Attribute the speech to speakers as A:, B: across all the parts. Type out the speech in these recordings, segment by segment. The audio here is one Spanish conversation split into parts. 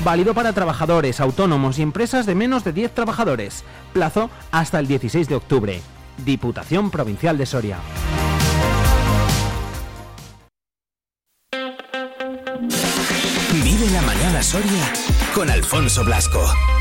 A: Válido para trabajadores, autónomos y empresas de menos de 10 trabajadores. Plazo hasta el 16 de octubre. Diputación Provincial de Soria.
B: Vive la mañana Soria con Alfonso Blasco.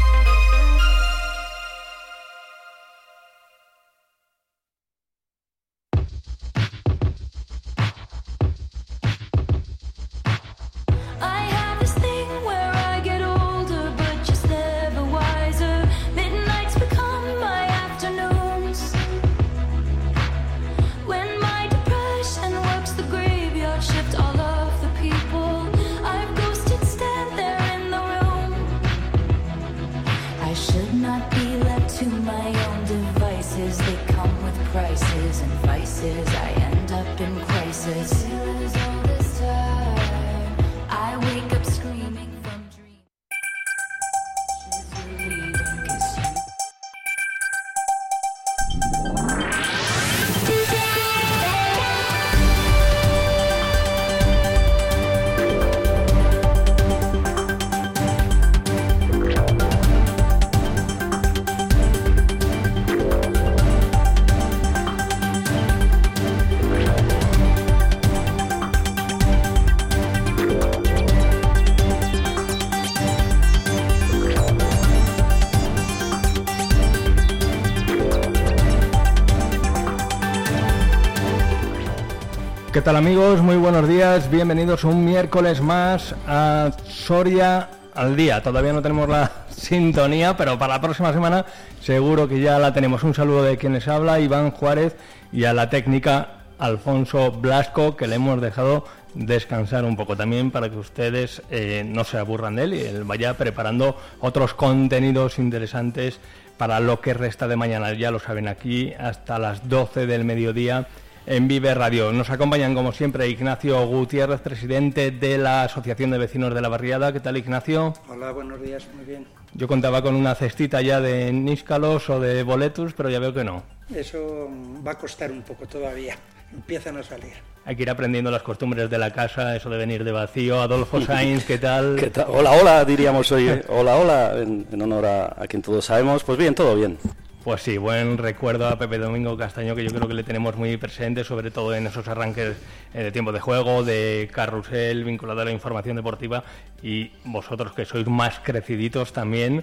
C: ¿Qué tal, amigos? Muy buenos días, bienvenidos un miércoles más a Soria al Día. Todavía no tenemos la sintonía, pero para la próxima semana seguro que ya la tenemos. Un saludo de quien les habla, Iván Juárez, y a la técnica Alfonso Blasco, que le hemos dejado descansar un poco también para que ustedes no se aburran de él y él vaya preparando otros contenidos interesantes para lo que resta de mañana. Ya lo saben, aquí hasta las 12 del mediodía en Vive Radio. Nos acompañan, como siempre, Ignacio Gutiérrez, presidente de la Asociación de Vecinos de la Barriada. ¿Qué tal, Ignacio?
D: Hola, buenos días, muy bien.
C: Yo contaba con una cestita ya de níscalos o de boletus, pero ya veo que no.
D: Eso va a costar un poco todavía, empiezan a salir.
C: Hay que ir aprendiendo las costumbres de la casa, eso de venir de vacío. Adolfo Sainz, ¿qué tal?
E: ¿Qué tal? Hola, hola, diríamos hoy. Hola, en honor a quien todos sabemos. Pues bien, todo bien.
C: Pues sí, buen recuerdo a Pepe Domingo Castaño, que yo creo que le tenemos muy presente, sobre todo en esos arranques de tiempo de juego, de carrusel, vinculado a la información deportiva, y vosotros que sois más creciditos también,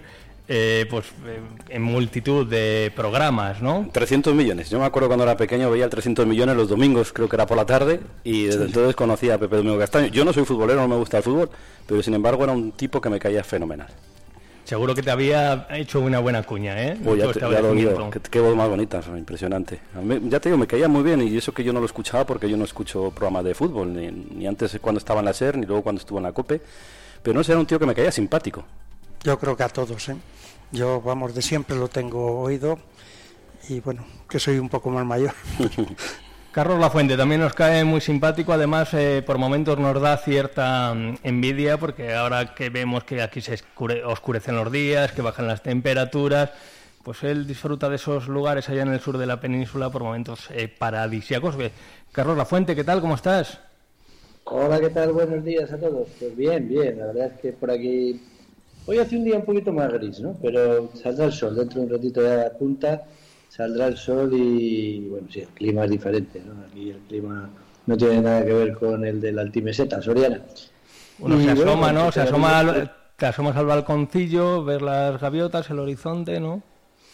C: en multitud de programas, ¿no?
E: 300 millones. Yo me acuerdo cuando era pequeño veía el 300 millones los domingos, creo que era por la tarde, y desde entonces conocía a Pepe Domingo Castaño. Yo no soy futbolero, no me gusta el fútbol, pero sin embargo era un tipo que me caía fenomenal.
C: Seguro que te había hecho una buena cuña, ¿eh?
E: Uy, ya lo digo, qué voz más bonita, impresionante. Ya te digo, me caía muy bien, y eso que yo no lo escuchaba porque yo no escucho programas de fútbol, ni antes cuando estaba en la SER, ni luego cuando estuvo en la COPE, pero no sé, era un tío que me caía simpático.
D: Yo creo que a todos, ¿eh? Yo, vamos, de siempre lo tengo oído, y bueno, que soy un poco más mayor.
C: Carlos Lafuente también nos cae muy simpático, además por momentos nos da cierta envidia, porque ahora que vemos que aquí se oscurecen los días, que bajan las temperaturas, pues él disfruta de esos lugares allá en el sur de la península por momentos paradisíacos. Carlos Lafuente, ¿qué tal? ¿Cómo estás?
F: Hola, ¿qué tal? Buenos días a todos. Pues bien, la verdad es que por aquí hoy hace un día un poquito más gris, ¿no? Pero saldrá el sol, dentro de un ratito ya apunta. Saldrá el sol y, bueno, sí, el clima es diferente, ¿no? Aquí el clima no tiene nada que ver con el de la altimeseta soriana.
C: Uno se asoma, ¿no? Te asomas al balconcillo, ver las gaviotas, el horizonte, ¿no?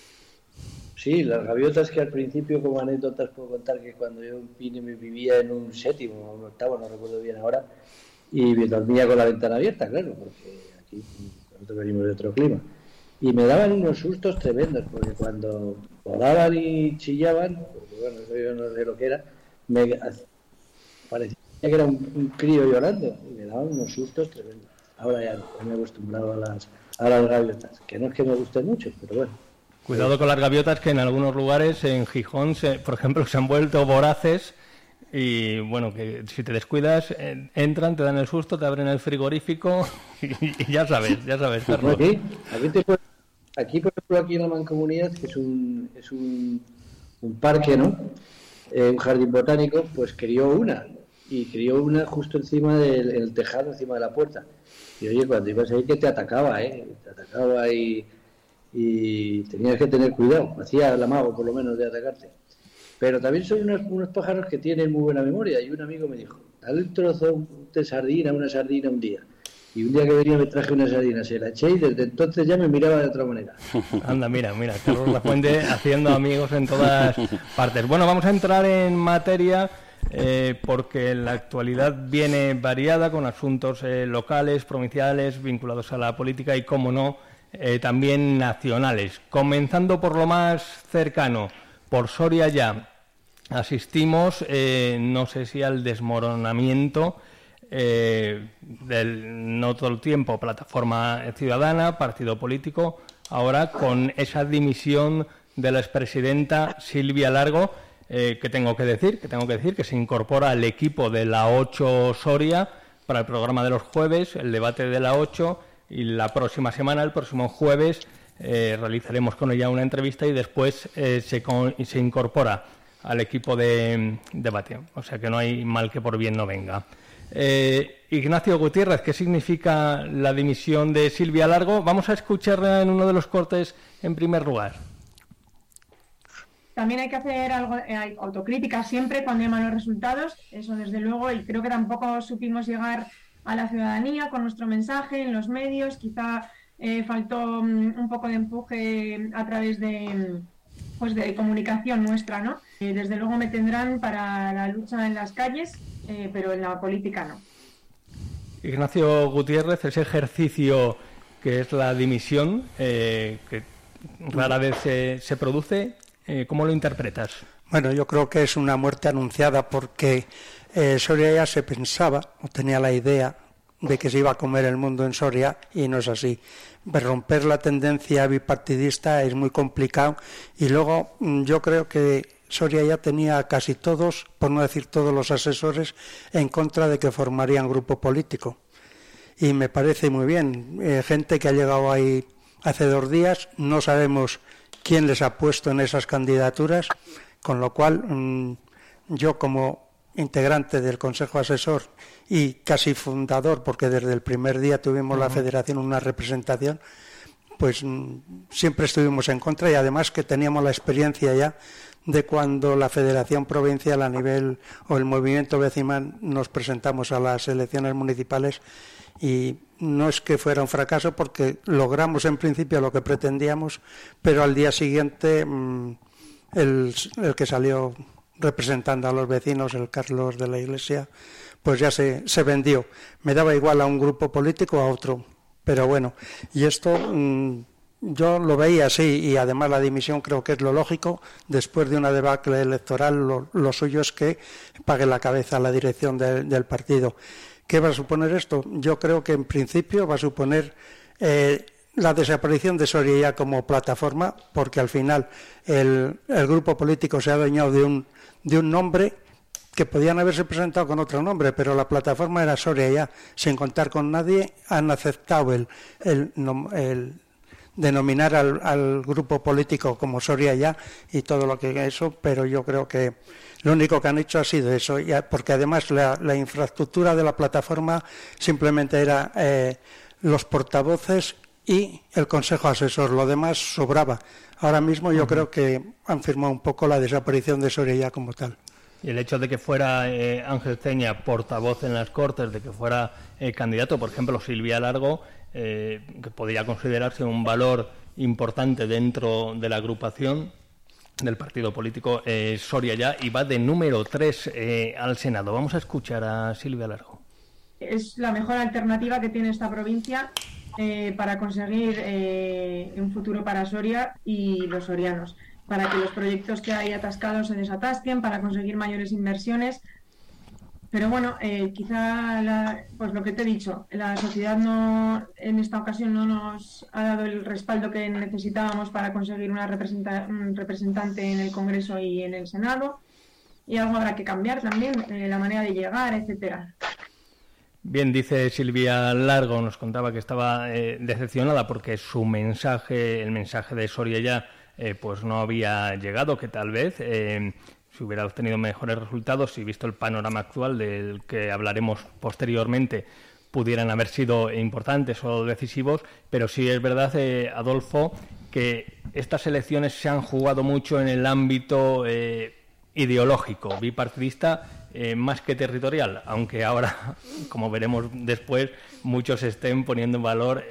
F: Sí, las gaviotas, que al principio, como anécdotas, puedo contar que cuando yo vine me vivía en un séptimo o un octavo, no recuerdo bien ahora, y me dormía con la ventana abierta, claro, porque aquí nosotros venimos de otro clima. Y me daban unos sustos tremendos, porque cuando volaban y chillaban, porque bueno, eso yo no sé lo que era, me parecía que era un crío llorando, y me daban unos sustos tremendos. Ahora ya no, me he acostumbrado a las gaviotas, que no es que me gusten mucho, pero bueno.
C: Cuidado con las gaviotas, que en algunos lugares, en Gijón, por ejemplo, se han vuelto voraces, y bueno, que si te descuidas, entran, te dan el susto, te abren el frigorífico, y ya sabes, Carlos.
F: Aquí, por ejemplo, aquí en la Mancomunidad, que es un parque, ¿no? Un jardín botánico, pues crió una. y crió una justo encima del tejado, encima de la puerta. Y oye, cuando ibas ahí que te atacaba, te atacaba y tenías que tener cuidado, hacía el amago por lo menos de atacarte. Pero también son unos pájaros que tienen muy buena memoria, y un amigo me dijo, dale un trozo de sardina, una sardina un día. Y un día que venía me traje una sardina, se la eché y desde entonces ya me miraba de otra manera.
C: Anda, mira, Carlos Lafuente haciendo amigos en todas partes. Bueno, vamos a entrar en materia porque la actualidad viene variada con asuntos locales, provinciales, vinculados a la política y, como no, también nacionales. Comenzando por lo más cercano, por Soria ya asistimos, no sé si al desmoronamiento del no todo el tiempo Plataforma Ciudadana, partido político, ahora con esa dimisión de la expresidenta Silvia Largo, que tengo que decir que se incorpora al equipo de la 8 Soria para el programa de los jueves, el debate de la 8, y la próxima semana, el próximo jueves, realizaremos con ella una entrevista y después se incorpora al equipo de debate. O sea que no hay mal que por bien no venga. Ignacio Gutiérrez, ¿qué significa la dimisión de Silvia Largo? Vamos a escucharla en uno de los cortes en primer lugar.
G: También hay que hacer algo, hay autocrítica siempre cuando hay malos resultados, eso desde luego, y creo que tampoco supimos llegar a la ciudadanía con nuestro mensaje en los medios, quizá faltó un poco de empuje a través de comunicación nuestra, ¿no? Desde luego me tendrán para la lucha en las calles, pero en la política no.
C: Ignacio Gutiérrez, ese ejercicio que es la dimisión, que rara vez se produce, ¿cómo lo interpretas?
D: Bueno, yo creo que es una muerte anunciada porque Soria ya se pensaba, o tenía la idea, de que se iba a comer el mundo en Soria, y no es así. Romper la tendencia bipartidista es muy complicado, y luego yo creo que Soria ya tenía casi todos, por no decir todos los asesores, en contra de que formarían grupo político. Y me parece muy bien. Gente que ha llegado ahí hace 2 días, no sabemos quién les ha puesto en esas candidaturas, con lo cual yo, como integrante del Consejo Asesor y casi fundador, porque desde el primer día tuvimos la Federación una representación, pues siempre estuvimos en contra, y además que teníamos la experiencia ya de cuando la Federación Provincial a nivel, o el movimiento vecinal, nos presentamos a las elecciones municipales, y no es que fuera un fracaso porque logramos en principio lo que pretendíamos, pero al día siguiente el que salió representando a los vecinos, el Carlos de la Iglesia, pues ya se vendió. Me daba igual a un grupo político o a otro, pero bueno, y esto yo lo veía así, y además la dimisión creo que es lo lógico. Después de una debacle electoral, lo suyo es que pague la cabeza la dirección del partido. ¿Qué va a suponer esto? Yo creo que en principio va a suponer la desaparición de Soria ya como plataforma, porque al final el grupo político se ha adueñado de un nombre que podían haberse presentado con otro nombre, pero la plataforma era Soria ya, sin contar con nadie. Han aceptado el denominar al grupo político como Soria ya y todo lo que eso, pero yo creo que lo único que han hecho ha sido eso, porque además la infraestructura de la plataforma simplemente era los portavoces y el Consejo Asesor, lo demás sobraba. Ahora mismo yo creo que han firmado un poco la desaparición de Soria ya como tal.
C: Y el hecho de que fuera Ángel Ceña portavoz en las Cortes, de que fuera candidato, por ejemplo, Silvia Largo, que podría considerarse un valor importante dentro de la agrupación del partido político Soria ya, y va de número 3 al Senado. Vamos a escuchar a Silvia Largo.
G: Es la mejor alternativa que tiene esta provincia para conseguir un futuro para Soria y los sorianos, para que los proyectos que hay atascados se desatasquen, para conseguir mayores inversiones. Pero bueno, quizá pues lo que te he dicho, la sociedad en esta ocasión no nos ha dado el respaldo que necesitábamos para conseguir un representante en el Congreso y en el Senado, y algo habrá que cambiar también, la manera de llegar, etcétera.
C: Bien, dice Silvia Largo, nos contaba que estaba decepcionada porque su mensaje, el mensaje de Soria ya, pues no había llegado, que tal vez si hubiera obtenido mejores resultados, y visto el panorama actual del que hablaremos posteriormente, pudieran haber sido importantes o decisivos, pero sí es verdad, Adolfo, que estas elecciones se han jugado mucho en el ámbito ideológico, bipartidista, más que territorial, aunque ahora, como veremos después, muchos estén poniendo en valor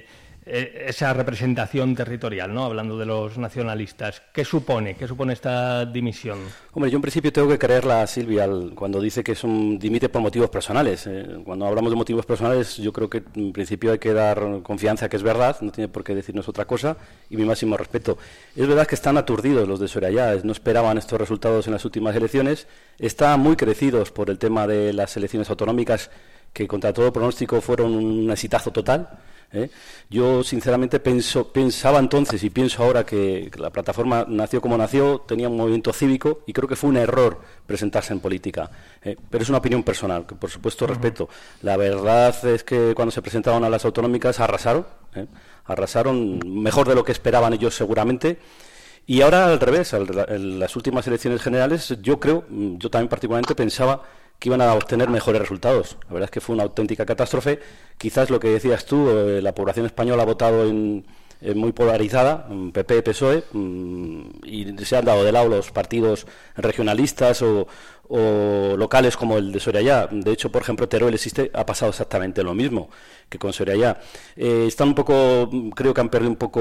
C: esa representación territorial, ¿no? Hablando de los nacionalistas. ¿Qué supone esta dimisión?
E: Hombre, yo en principio tengo que creerla a Silvia cuando dice que dimite por motivos personales. Cuando hablamos de motivos personales, yo creo que en principio hay que dar confianza que es verdad, no tiene por qué decirnos otra cosa, y mi máximo respeto. Es verdad que están aturdidos los de Soraya, no esperaban estos resultados en las últimas elecciones, están muy crecidos por el tema de las elecciones autonómicas, que contra todo pronóstico fueron un exitazo total. Yo sinceramente pensaba entonces y pienso ahora que la plataforma nació como nació, tenía un movimiento cívico y creo que fue un error presentarse en política, pero es una opinión personal que por supuesto respeto. La verdad es que cuando se presentaron a las autonómicas arrasaron mejor de lo que esperaban ellos seguramente. Y ahora al revés, en las últimas elecciones generales yo también particularmente pensaba que iban a obtener mejores resultados. La verdad es que fue una auténtica catástrofe. Quizás lo que decías tú, la población española ha votado muy polarizada, PP, PSOE, y se han dado de lado los partidos regionalistas o locales como el de Soraya. De hecho, por ejemplo, Teruel ha pasado exactamente lo mismo que con Soraya. Están un poco, creo que han perdido un poco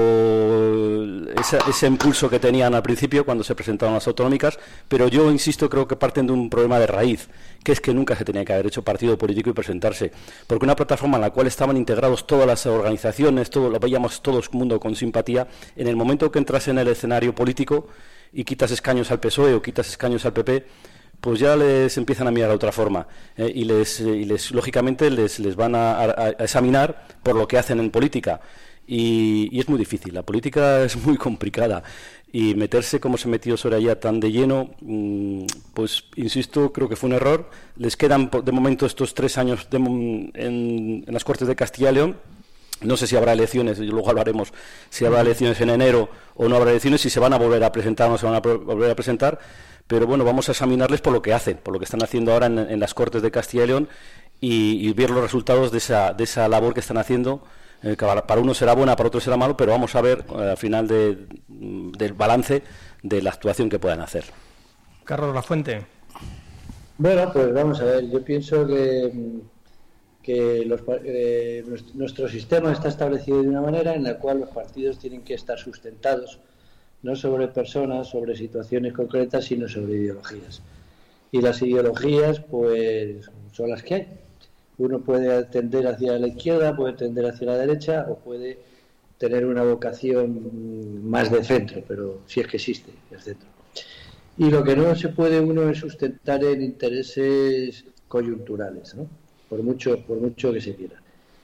E: ese impulso que tenían al principio cuando se presentaron las autonómicas, pero yo insisto, creo que parten de un problema de raíz, que es que nunca se tenía que haber hecho partido político y presentarse, porque una plataforma en la cual estaban integrados todas las organizaciones, lo veíamos todo el mundo con simpatía, en el momento que entras en el escenario político y quitas escaños al PSOE o quitas escaños al PP, pues ya les empiezan a mirar de otra forma, y lógicamente les van a examinar por lo que hacen en política, y es muy difícil. La política es muy complicada y meterse como se metió Soraya tan de lleno, pues insisto, creo que fue un error. Les quedan de momento estos 3 años en las Cortes de Castilla y León. No sé si habrá elecciones, y luego hablaremos si habrá elecciones en enero o no habrá elecciones, si se van a volver a presentar o no se van a volver a presentar, pero bueno, vamos a examinarles por lo que hacen, por lo que están haciendo ahora en las Cortes de Castilla y León, y ver los resultados de esa labor que están haciendo, que para uno será buena, para otro será malo, pero vamos a ver al final del balance de la actuación que puedan hacer.
C: Carlos Lafuente.
F: Bueno, pues vamos a ver, yo pienso que nuestro sistema está establecido de una manera en la cual los partidos tienen que estar sustentados no sobre personas, sobre situaciones concretas, sino sobre ideologías. Y las ideologías, pues, son las que hay. Uno puede tender hacia la izquierda, puede tender hacia la derecha, o puede tener una vocación más de centro, pero si es que existe el centro. Y lo que no se puede uno es sustentar en intereses coyunturales, ¿no? Por mucho que se quiera.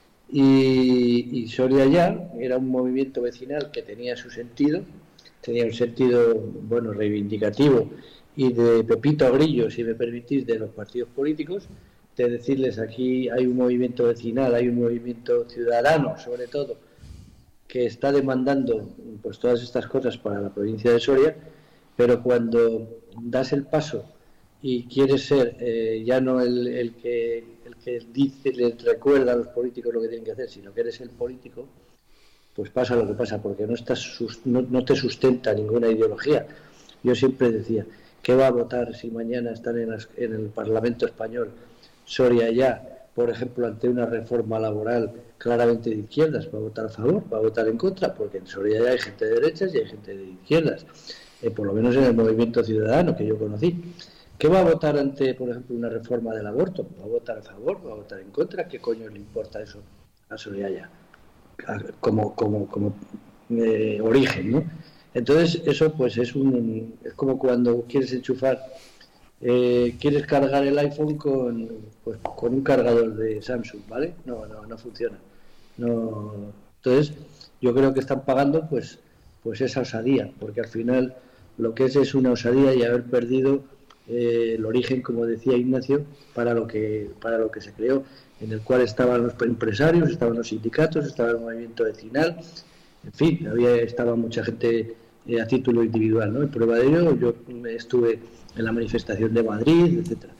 F: Y Soria ya era un movimiento vecinal que tenía su sentido, tenía un sentido, bueno, reivindicativo y de pepito a grillo, si me permitís, de los partidos políticos, de decirles aquí hay un movimiento vecinal, hay un movimiento ciudadano, sobre todo, que está demandando pues todas estas cosas para la provincia de Soria, pero cuando das el paso y quieres ser ya no el que dice, les recuerda a los políticos lo que tienen que hacer, sino que eres el político, pues pasa lo que pasa, porque no te sustenta ninguna ideología. Yo siempre decía, ¿qué va a votar si mañana están en el Parlamento español Soria ya, por ejemplo, ante una reforma laboral claramente de izquierdas? ¿Va a votar a favor? ¿Va a votar en contra? Porque en Soria ya hay gente de derechas y hay gente de izquierdas, por lo menos en el movimiento ciudadano que yo conocí. ¿Qué va a votar ante, por ejemplo, una reforma del aborto? ¿Va a votar a favor? ¿Va a votar en contra? ¿Qué coño le importa eso a Soria ya? Como origen, ¿no? Entonces eso pues es como cuando quieres enchufar, quieres cargar el iPhone con un cargador de Samsung, ¿vale? No funciona. No. Entonces yo creo que están pagando pues esa osadía, porque al final lo que es una osadía y haber perdido el origen, como decía Ignacio, para lo que se creó, en el cual estaban los empresarios, estaban los sindicatos, estaba el movimiento vecinal, en fin, estaba mucha gente a título individual, ¿no? Y prueba de ello, yo estuve en la manifestación de Madrid, etcétera.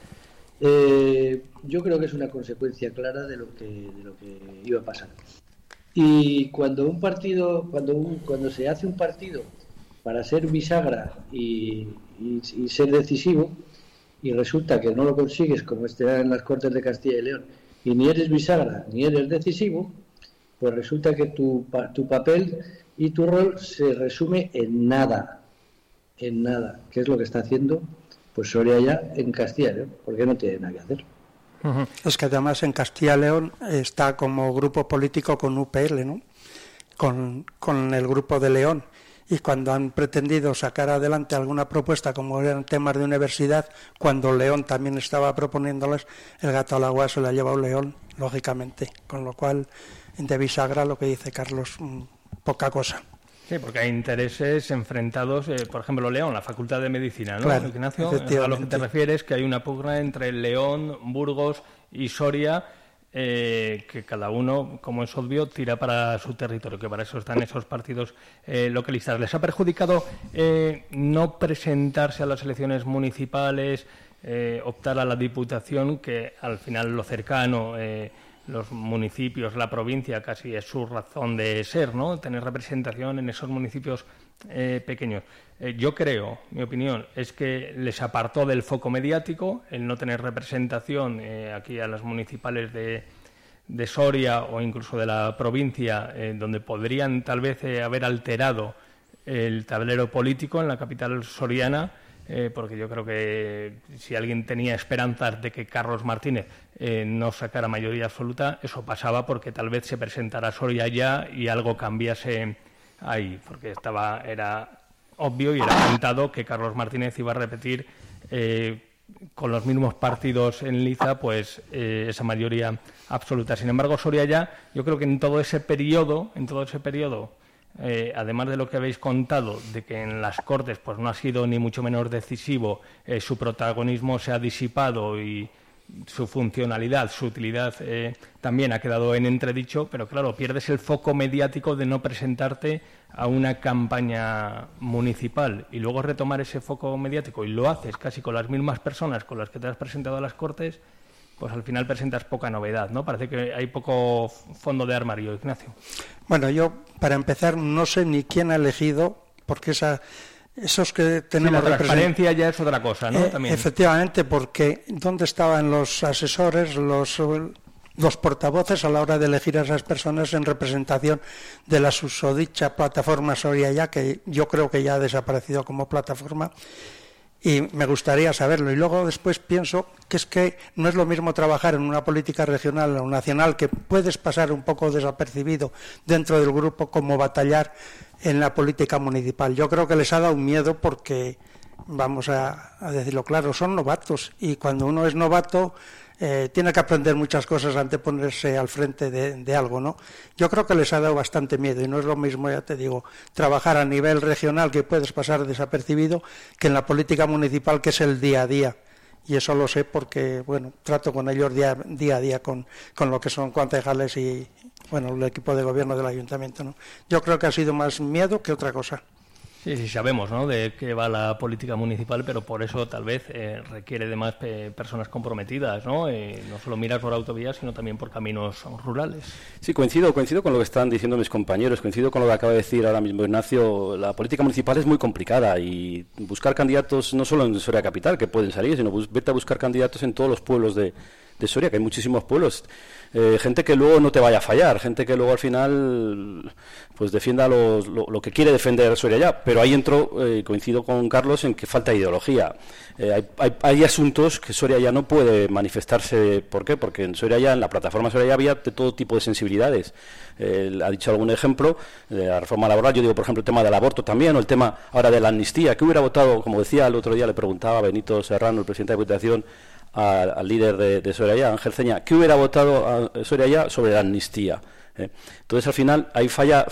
F: Yo creo que es una consecuencia clara de lo que iba a pasar. Y cuando un partido, cuando se hace un partido para ser bisagra y ser decisivo, y resulta que no lo consigues, como en las Cortes de Castilla y León, y ni eres bisagra ni eres decisivo, pues resulta que tu papel y tu rol se resume en nada, que es lo que está haciendo pues Soria ya en Castilla y León, porque no tiene nada que hacer.
D: Es que además en Castilla y León está como grupo político con UPL, ¿no? Con el grupo de León. Y cuando han pretendido sacar adelante alguna propuesta, como eran temas de universidad, cuando León también estaba proponiéndoles, el gato al agua se lo ha llevado León, lógicamente. Con lo cual, de bisagra, lo que dice Carlos, poca cosa.
C: Sí, porque hay intereses enfrentados, por ejemplo, León, la Facultad de Medicina, ¿no?
D: Claro,
C: Ignacio, a lo que te refieres, que hay una pugna entre León, Burgos y Soria, que cada uno, como es obvio, tira para su territorio, que para eso están esos partidos localistas. ¿Les ha perjudicado no presentarse a las elecciones municipales, optar a la Diputación, que al final lo cercano, los municipios, la provincia, casi es su razón de ser, ¿no? Tener representación en esos municipios pequeños. Yo creo, mi opinión, es que les apartó del foco mediático el no tener representación aquí a las municipales de Soria o incluso de la provincia, donde podrían tal vez haber alterado el tablero político en la capital soriana, porque yo creo que si alguien tenía esperanzas de que Carlos Martínez no sacara mayoría absoluta, eso pasaba porque tal vez se presentara Soria ya y algo cambiase ahí, porque era obvio y era cantado que Carlos Martínez iba a repetir con los mismos partidos en liza pues esa mayoría absoluta. Sin embargo, Soria ya, yo creo que en todo ese periodo, además de lo que habéis contado, de que en las Cortes pues no ha sido ni mucho menos decisivo, su protagonismo se ha disipado y su funcionalidad, su utilidad también ha quedado en entredicho, pero claro, pierdes el foco mediático de no presentarte a una campaña municipal y luego retomar ese foco mediático y lo haces casi con las mismas personas con las que te has presentado a las Cortes, pues al final presentas poca novedad, ¿no? Parece que hay poco fondo de armario, Ignacio.
D: Bueno, yo, para empezar, no sé ni quién ha elegido, porque esos que tenemos...
C: Sí, la transparencia ya es otra cosa, ¿no? También.
D: Efectivamente, porque ¿dónde estaban los asesores, los portavoces a la hora de elegir a esas personas en representación de la susodicha plataforma Soria ya, que yo creo que ya ha desaparecido como plataforma? Y me gustaría saberlo. Y luego después pienso que es que no es lo mismo trabajar en una política regional o nacional, que puedes pasar un poco desapercibido dentro del grupo, como batallar en la política municipal. Yo creo que les ha dado miedo porque, vamos a decirlo claro, son novatos. Y cuando uno es novato tiene que aprender muchas cosas antes de ponerse al frente de algo, ¿no? Yo creo que les ha dado bastante miedo y no es lo mismo, ya te digo, trabajar a nivel regional, que puedes pasar desapercibido, que en la política municipal, que es el día a día. Y eso lo sé porque, bueno, trato con ellos día a día con lo que son concejales y, bueno, el equipo de gobierno del ayuntamiento, ¿no? Yo creo que ha sido más miedo que otra cosa.
C: Sí, sabemos, ¿no?, de qué va la política municipal, pero por eso tal vez requiere de más personas comprometidas, ¿no? No solo mirar por autovías, sino también por caminos rurales.
E: Sí, coincido con lo que están diciendo mis compañeros, coincido con lo que acaba de decir ahora mismo Ignacio. La política municipal es muy complicada y buscar candidatos no solo en Soria Capital, que pueden salir, sino vete a buscar candidatos en todos los pueblos de Soria, que hay muchísimos pueblos. Gente que luego no te vaya a fallar, gente que luego al final pues defienda lo que quiere defender Soria ya, pero ahí entro, coincido con Carlos en que falta ideología. Hay asuntos que Soria ya no puede manifestarse. ¿Por qué? Porque en Soria ya, en la plataforma Soria ya había de todo tipo de sensibilidades. Ha dicho algún ejemplo de la reforma laboral, yo digo por ejemplo el tema del aborto también, o el tema ahora de la amnistía, que hubiera votado, como decía el otro día, le preguntaba a Benito Serrano, el presidente de la Diputación, al líder de Soraya, Ángel Ceña, ¿qué hubiera votado a Soraya sobre la amnistía? Entonces al final ahí falla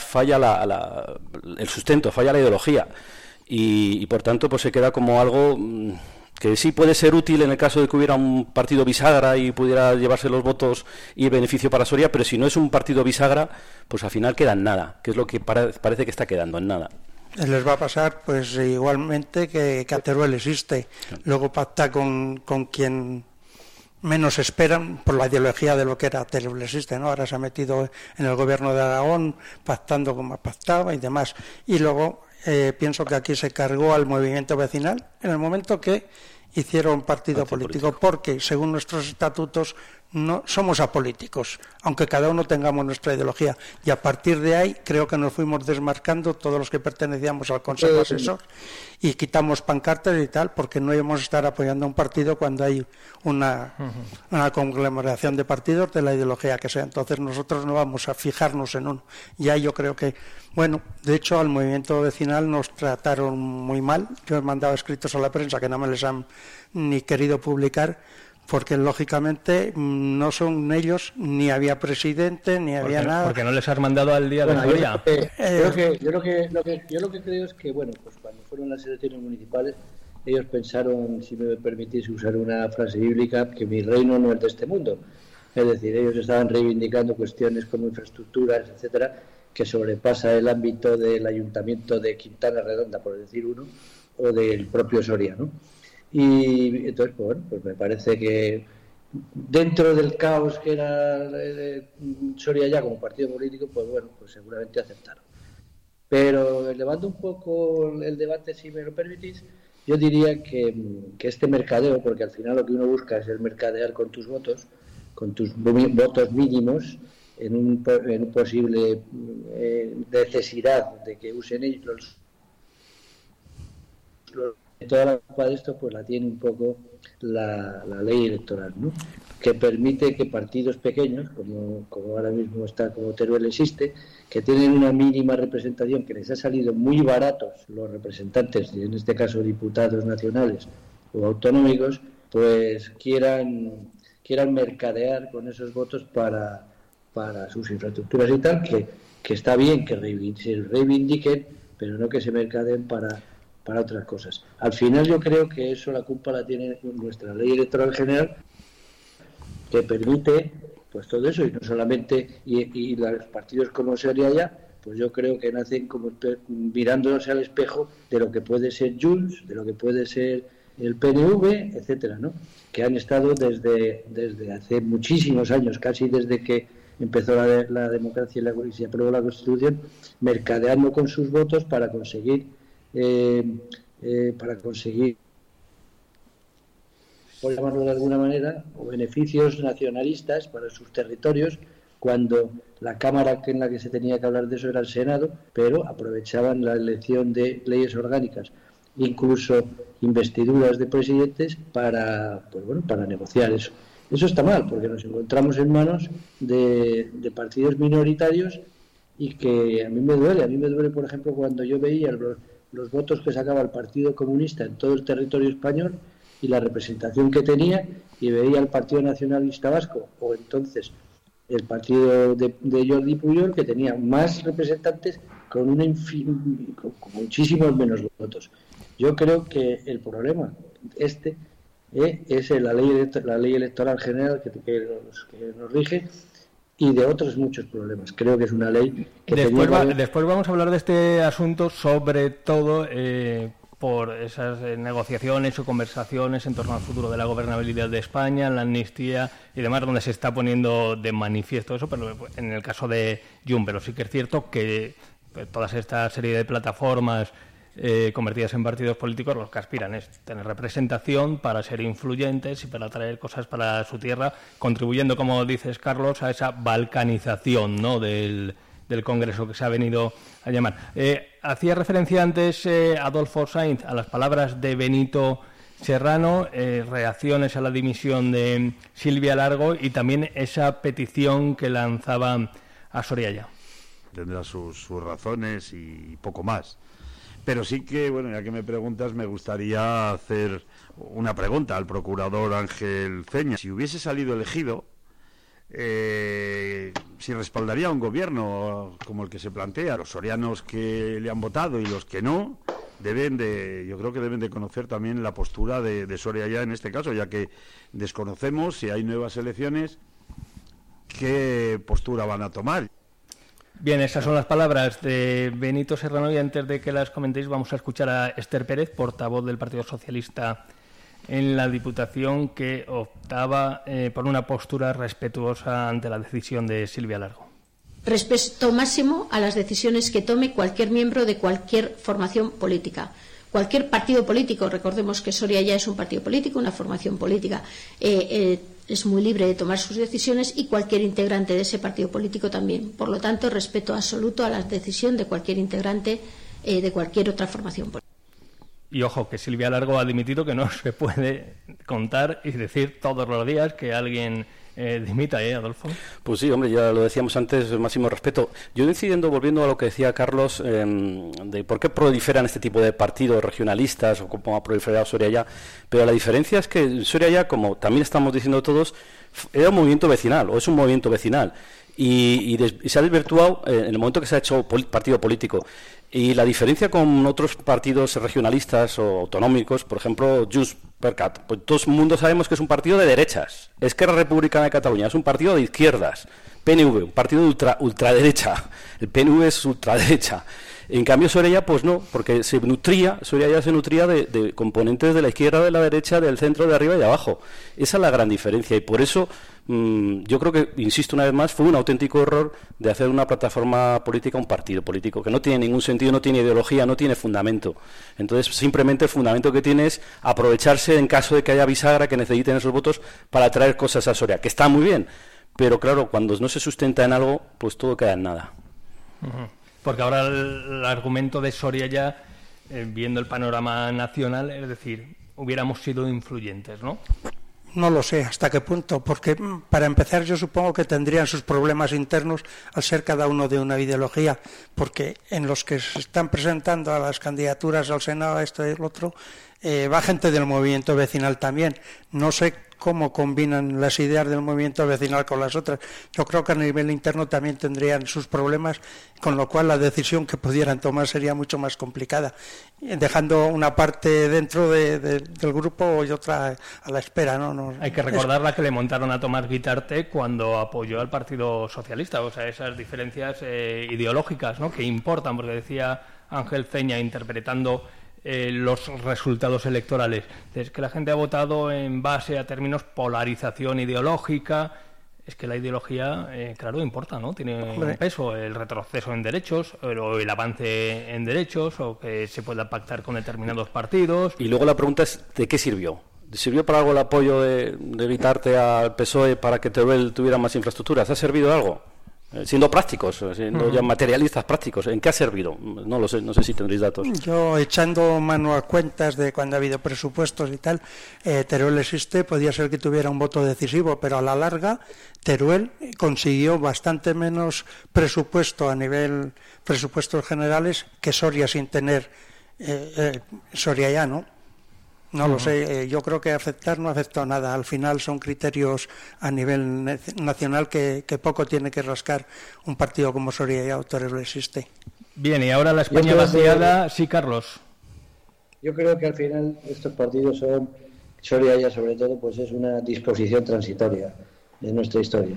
E: el sustento, falla la ideología y por tanto pues se queda como algo que sí puede ser útil en el caso de que hubiera un partido bisagra y pudiera llevarse los votos y el beneficio para Soria, pero si no es un partido bisagra, pues al final queda en nada, que es lo que parece que está quedando en nada.
D: Les va a pasar pues igualmente que a Teruel existe. Luego pacta con quien menos esperan por la ideología de lo que era Teruel existe, ¿no? Ahora se ha metido en el gobierno de Aragón, pactando como pactaba y demás. Y luego pienso que aquí se cargó al movimiento vecinal en el momento que hicieron partido político, porque según nuestros estatutos no somos apolíticos, aunque cada uno tengamos nuestra ideología, y a partir de ahí creo que nos fuimos desmarcando todos los que pertenecíamos al Consejo Asesor y quitamos pancartas y tal, porque no íbamos a estar apoyando a un partido cuando hay una conglomeración de partidos de la ideología que sea. Entonces nosotros no vamos a fijarnos en uno. Y ahí yo creo que, bueno, de hecho al movimiento vecinal nos trataron muy mal. Yo he mandado escritos a la prensa que no me les han ni querido publicar, porque lógicamente no son ellos, ni había presidente, ni había nada.
C: Porque no les has mandado al día de Soria.
F: Yo lo que creo es que, bueno, pues cuando fueron las elecciones municipales, ellos pensaron, si me permitís usar una frase bíblica, que mi reino no es de este mundo. Es decir, ellos estaban reivindicando cuestiones como infraestructuras, etcétera, que sobrepasa el ámbito del ayuntamiento de Quintana Redonda, por decir uno, o del propio Soria, ¿no? Y entonces, bueno, pues me parece que dentro del caos que era Soria ya como partido político, pues bueno, pues seguramente aceptaron. Pero elevando un poco el debate, si me lo permitís, yo diría que este mercadeo, porque al final lo que uno busca es el mercadear con tus votos mínimos, en un posible necesidad de que usen ellos toda la culpa de esto pues la tiene un poco la ley electoral, ¿no? Que permite que partidos pequeños, como ahora mismo está, como Teruel existe, que tienen una mínima representación, que les ha salido muy baratos los representantes, en este caso diputados nacionales o autonómicos, pues quieran mercadear con esos votos para sus infraestructuras y tal, que está bien que se reivindiquen, pero no que se mercadeen para otras cosas. Al final yo creo que eso la culpa la tiene nuestra ley electoral general, que permite pues todo eso, y no solamente y los partidos como Soria ya, pues yo creo que nacen como mirándose al espejo de lo que puede ser Junts, de lo que puede ser el PNV, etcétera, ¿no? Que han estado desde hace muchísimos años, casi desde que empezó la democracia y se aprobó la Constitución, mercadeando con sus votos para conseguir por llamarlo de alguna manera, o beneficios nacionalistas para sus territorios, cuando la Cámara en la que se tenía que hablar de eso era el Senado, pero aprovechaban la elección de leyes orgánicas, incluso investiduras de presidentes para negociar eso. Eso está mal, porque nos encontramos en manos de partidos minoritarios, y que a mí me duele, por ejemplo, cuando yo veía los votos que sacaba el Partido Comunista en todo el territorio español y la representación que tenía, y veía al Partido Nacionalista Vasco, o entonces el partido de Jordi Pujol, que tenía más representantes con muchísimos menos votos. Yo creo que el problema es la ley electoral general que nos rige, y de otros muchos problemas. Creo que es una ley que
C: después vamos a hablar de este asunto, sobre todo por esas negociaciones o conversaciones en torno al futuro de la gobernabilidad de España, la amnistía y demás, donde se está poniendo de manifiesto eso, pero en el caso de Junts. Pero sí que es cierto que toda esta serie de plataformas convertidas en partidos políticos, los que aspiran es tener representación para ser influyentes y para traer cosas para su tierra, contribuyendo, como dices, Carlos, a esa balcanización, ¿no?, del Congreso, que se ha venido a llamar. Hacía referencia antes Adolfo Sainz a las palabras de Benito Serrano, reacciones a la dimisión de Silvia Largo y también esa petición que lanzaba a Soria.
H: Tendrá sus razones y poco más. Pero sí que, bueno, ya que me preguntas, me gustaría hacer una pregunta al procurador Ángel Ceña. Si hubiese salido elegido, si respaldaría un gobierno como el que se plantea. Los sorianos que le han votado y los que no, yo creo que deben de conocer también la postura de Soria ya en este caso, ya que desconocemos, si hay nuevas elecciones, qué postura van a tomar.
C: Bien, esas son las palabras de Benito Serrano y antes de que las comentéis vamos a escuchar a Esther Pérez, portavoz del Partido Socialista en la Diputación, que optaba por una postura respetuosa ante la decisión de Silvia Largo.
I: Respeto máximo a las decisiones que tome cualquier miembro de cualquier formación política. Cualquier partido político, recordemos que Soria ya es un partido político, una formación política, es muy libre de tomar sus decisiones y cualquier integrante de ese partido político también. Por lo tanto, respeto absoluto a la decisión de cualquier integrante de cualquier otra formación política.
C: Y ojo, que Silvia Largo ha admitido que no se puede contar y decir todos los días que alguien dimita, Adolfo.
E: Pues sí, hombre, ya lo decíamos antes, el máximo respeto. Yo incidiendo, volviendo a lo que decía Carlos, de por qué proliferan este tipo de partidos regionalistas o cómo ha proliferado Soria Ya, pero la diferencia es que Soria Ya, como también estamos diciendo todos, era un movimiento vecinal, o es un movimiento vecinal, y se ha desvirtuado en el momento que se ha hecho partido político. Y la diferencia con otros partidos regionalistas o autonómicos, por ejemplo, Junts per Cat, pues todo el mundo sabemos que es un partido de derechas. Esquerra Republicana de Cataluña es un partido de izquierdas. PNV, un partido de ultraderecha. El PNV es ultraderecha. En cambio, Soria Ya, pues no, porque Soria Ya se nutría de componentes de la izquierda, de la derecha, del centro, de arriba y de abajo. Esa es la gran diferencia y por eso yo creo que, insisto una vez más, fue un auténtico error de hacer una plataforma política un partido político, que no tiene ningún sentido, no tiene ideología, no tiene fundamento. Entonces, simplemente el fundamento que tiene es aprovecharse en caso de que haya bisagra, que necesiten esos votos para traer cosas a Soria, que está muy bien, pero claro, cuando no se sustenta en algo, pues todo queda en nada.
C: Uh-huh. Porque ahora el argumento de Soria Ya, viendo el panorama nacional, es decir, hubiéramos sido influyentes, ¿no?
D: No lo sé hasta qué punto, porque para empezar yo supongo que tendrían sus problemas internos al ser cada uno de una ideología, porque en los que se están presentando a las candidaturas al Senado, esto y el otro, va gente del movimiento vecinal también. No sé cómo combinan las ideas del movimiento vecinal con las otras. Yo creo que a nivel interno también tendrían sus problemas, con lo cual la decisión que pudieran tomar sería mucho más complicada, dejando una parte dentro del grupo y otra a la espera, ¿no?
C: Hay que recordar la que le montaron a Tomás Guitarte cuando apoyó al Partido Socialista, o sea, esas diferencias ideológicas, ¿no?, que importan, porque decía Ángel Ceña, interpretando los resultados electorales, es que la gente ha votado en base a términos polarización ideológica. Es que la ideología, claro, importa, ¿no? Tiene un peso, el retroceso en derechos, o el avance en derechos, o que se pueda pactar con determinados partidos.
E: Y luego la pregunta es, ¿de qué sirvió? ¿Sirvió para algo el apoyo de Guitarte al PSOE para que Teruel tuviera más infraestructuras? ¿Ha servido de algo? Siendo prácticos, siendo ya materialistas prácticos, ¿en qué ha servido? No lo sé, no sé si tendréis datos.
D: Yo, echando mano a cuentas de cuando ha habido presupuestos y tal, Teruel existe, podía ser que tuviera un voto decisivo, pero a la larga Teruel consiguió bastante menos presupuesto a nivel presupuestos generales que Soria, sin tener Soria Ya, ¿no? No lo sé, yo creo que aceptar no afectó nada. Al final son criterios a nivel nacional que poco tiene que rascar un partido como Soria Ya o Teruel existe.
C: Bien, y ahora la España vaciada, sí, Carlos.
F: Yo creo que al final estos partidos son, Soria Ya sobre todo, pues es una disposición transitoria de nuestra historia.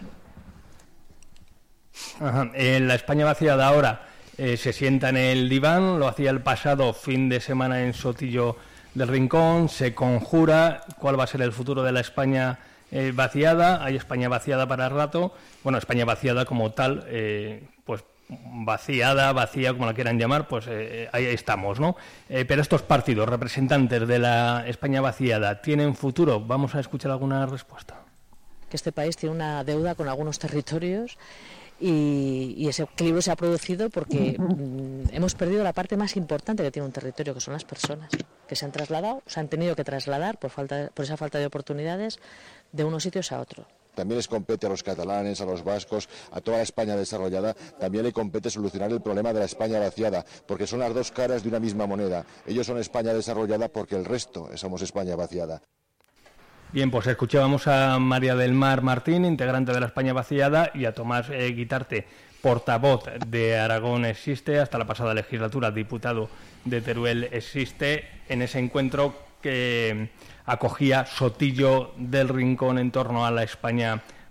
C: Ajá. En la España vaciada ahora se sienta en el diván, lo hacía el pasado fin de semana en Sotillo del Rincón, se conjura cuál va a ser el futuro de la España vaciada. Hay España vaciada para rato, bueno, España vaciada como tal, pues vacía, como la quieran llamar, pues ahí estamos, ¿no? Pero estos partidos representantes de la España vaciada, ¿tienen futuro? Vamos a escuchar alguna respuesta.
J: Que este país tiene una deuda con algunos territorios y ese equilibrio se ha producido porque hemos perdido la parte más importante que tiene un territorio, que son las personas, que se han trasladado, se han tenido que trasladar por esa falta de oportunidades de unos sitios a otros.
K: También les compete a los catalanes, a los vascos, a toda la España desarrollada, también le compete solucionar el problema de la España vaciada, porque son las dos caras de una misma moneda. Ellos son España desarrollada porque el resto somos España vaciada.
C: Bien, pues escuchábamos a María del Mar Martín, integrante de la España vaciada, y a Tomás Guitarte, portavoz de Aragón Existe, hasta la pasada legislatura, diputado de Teruel Existe, en ese encuentro que acogía Sotillo del Rincón en torno a la España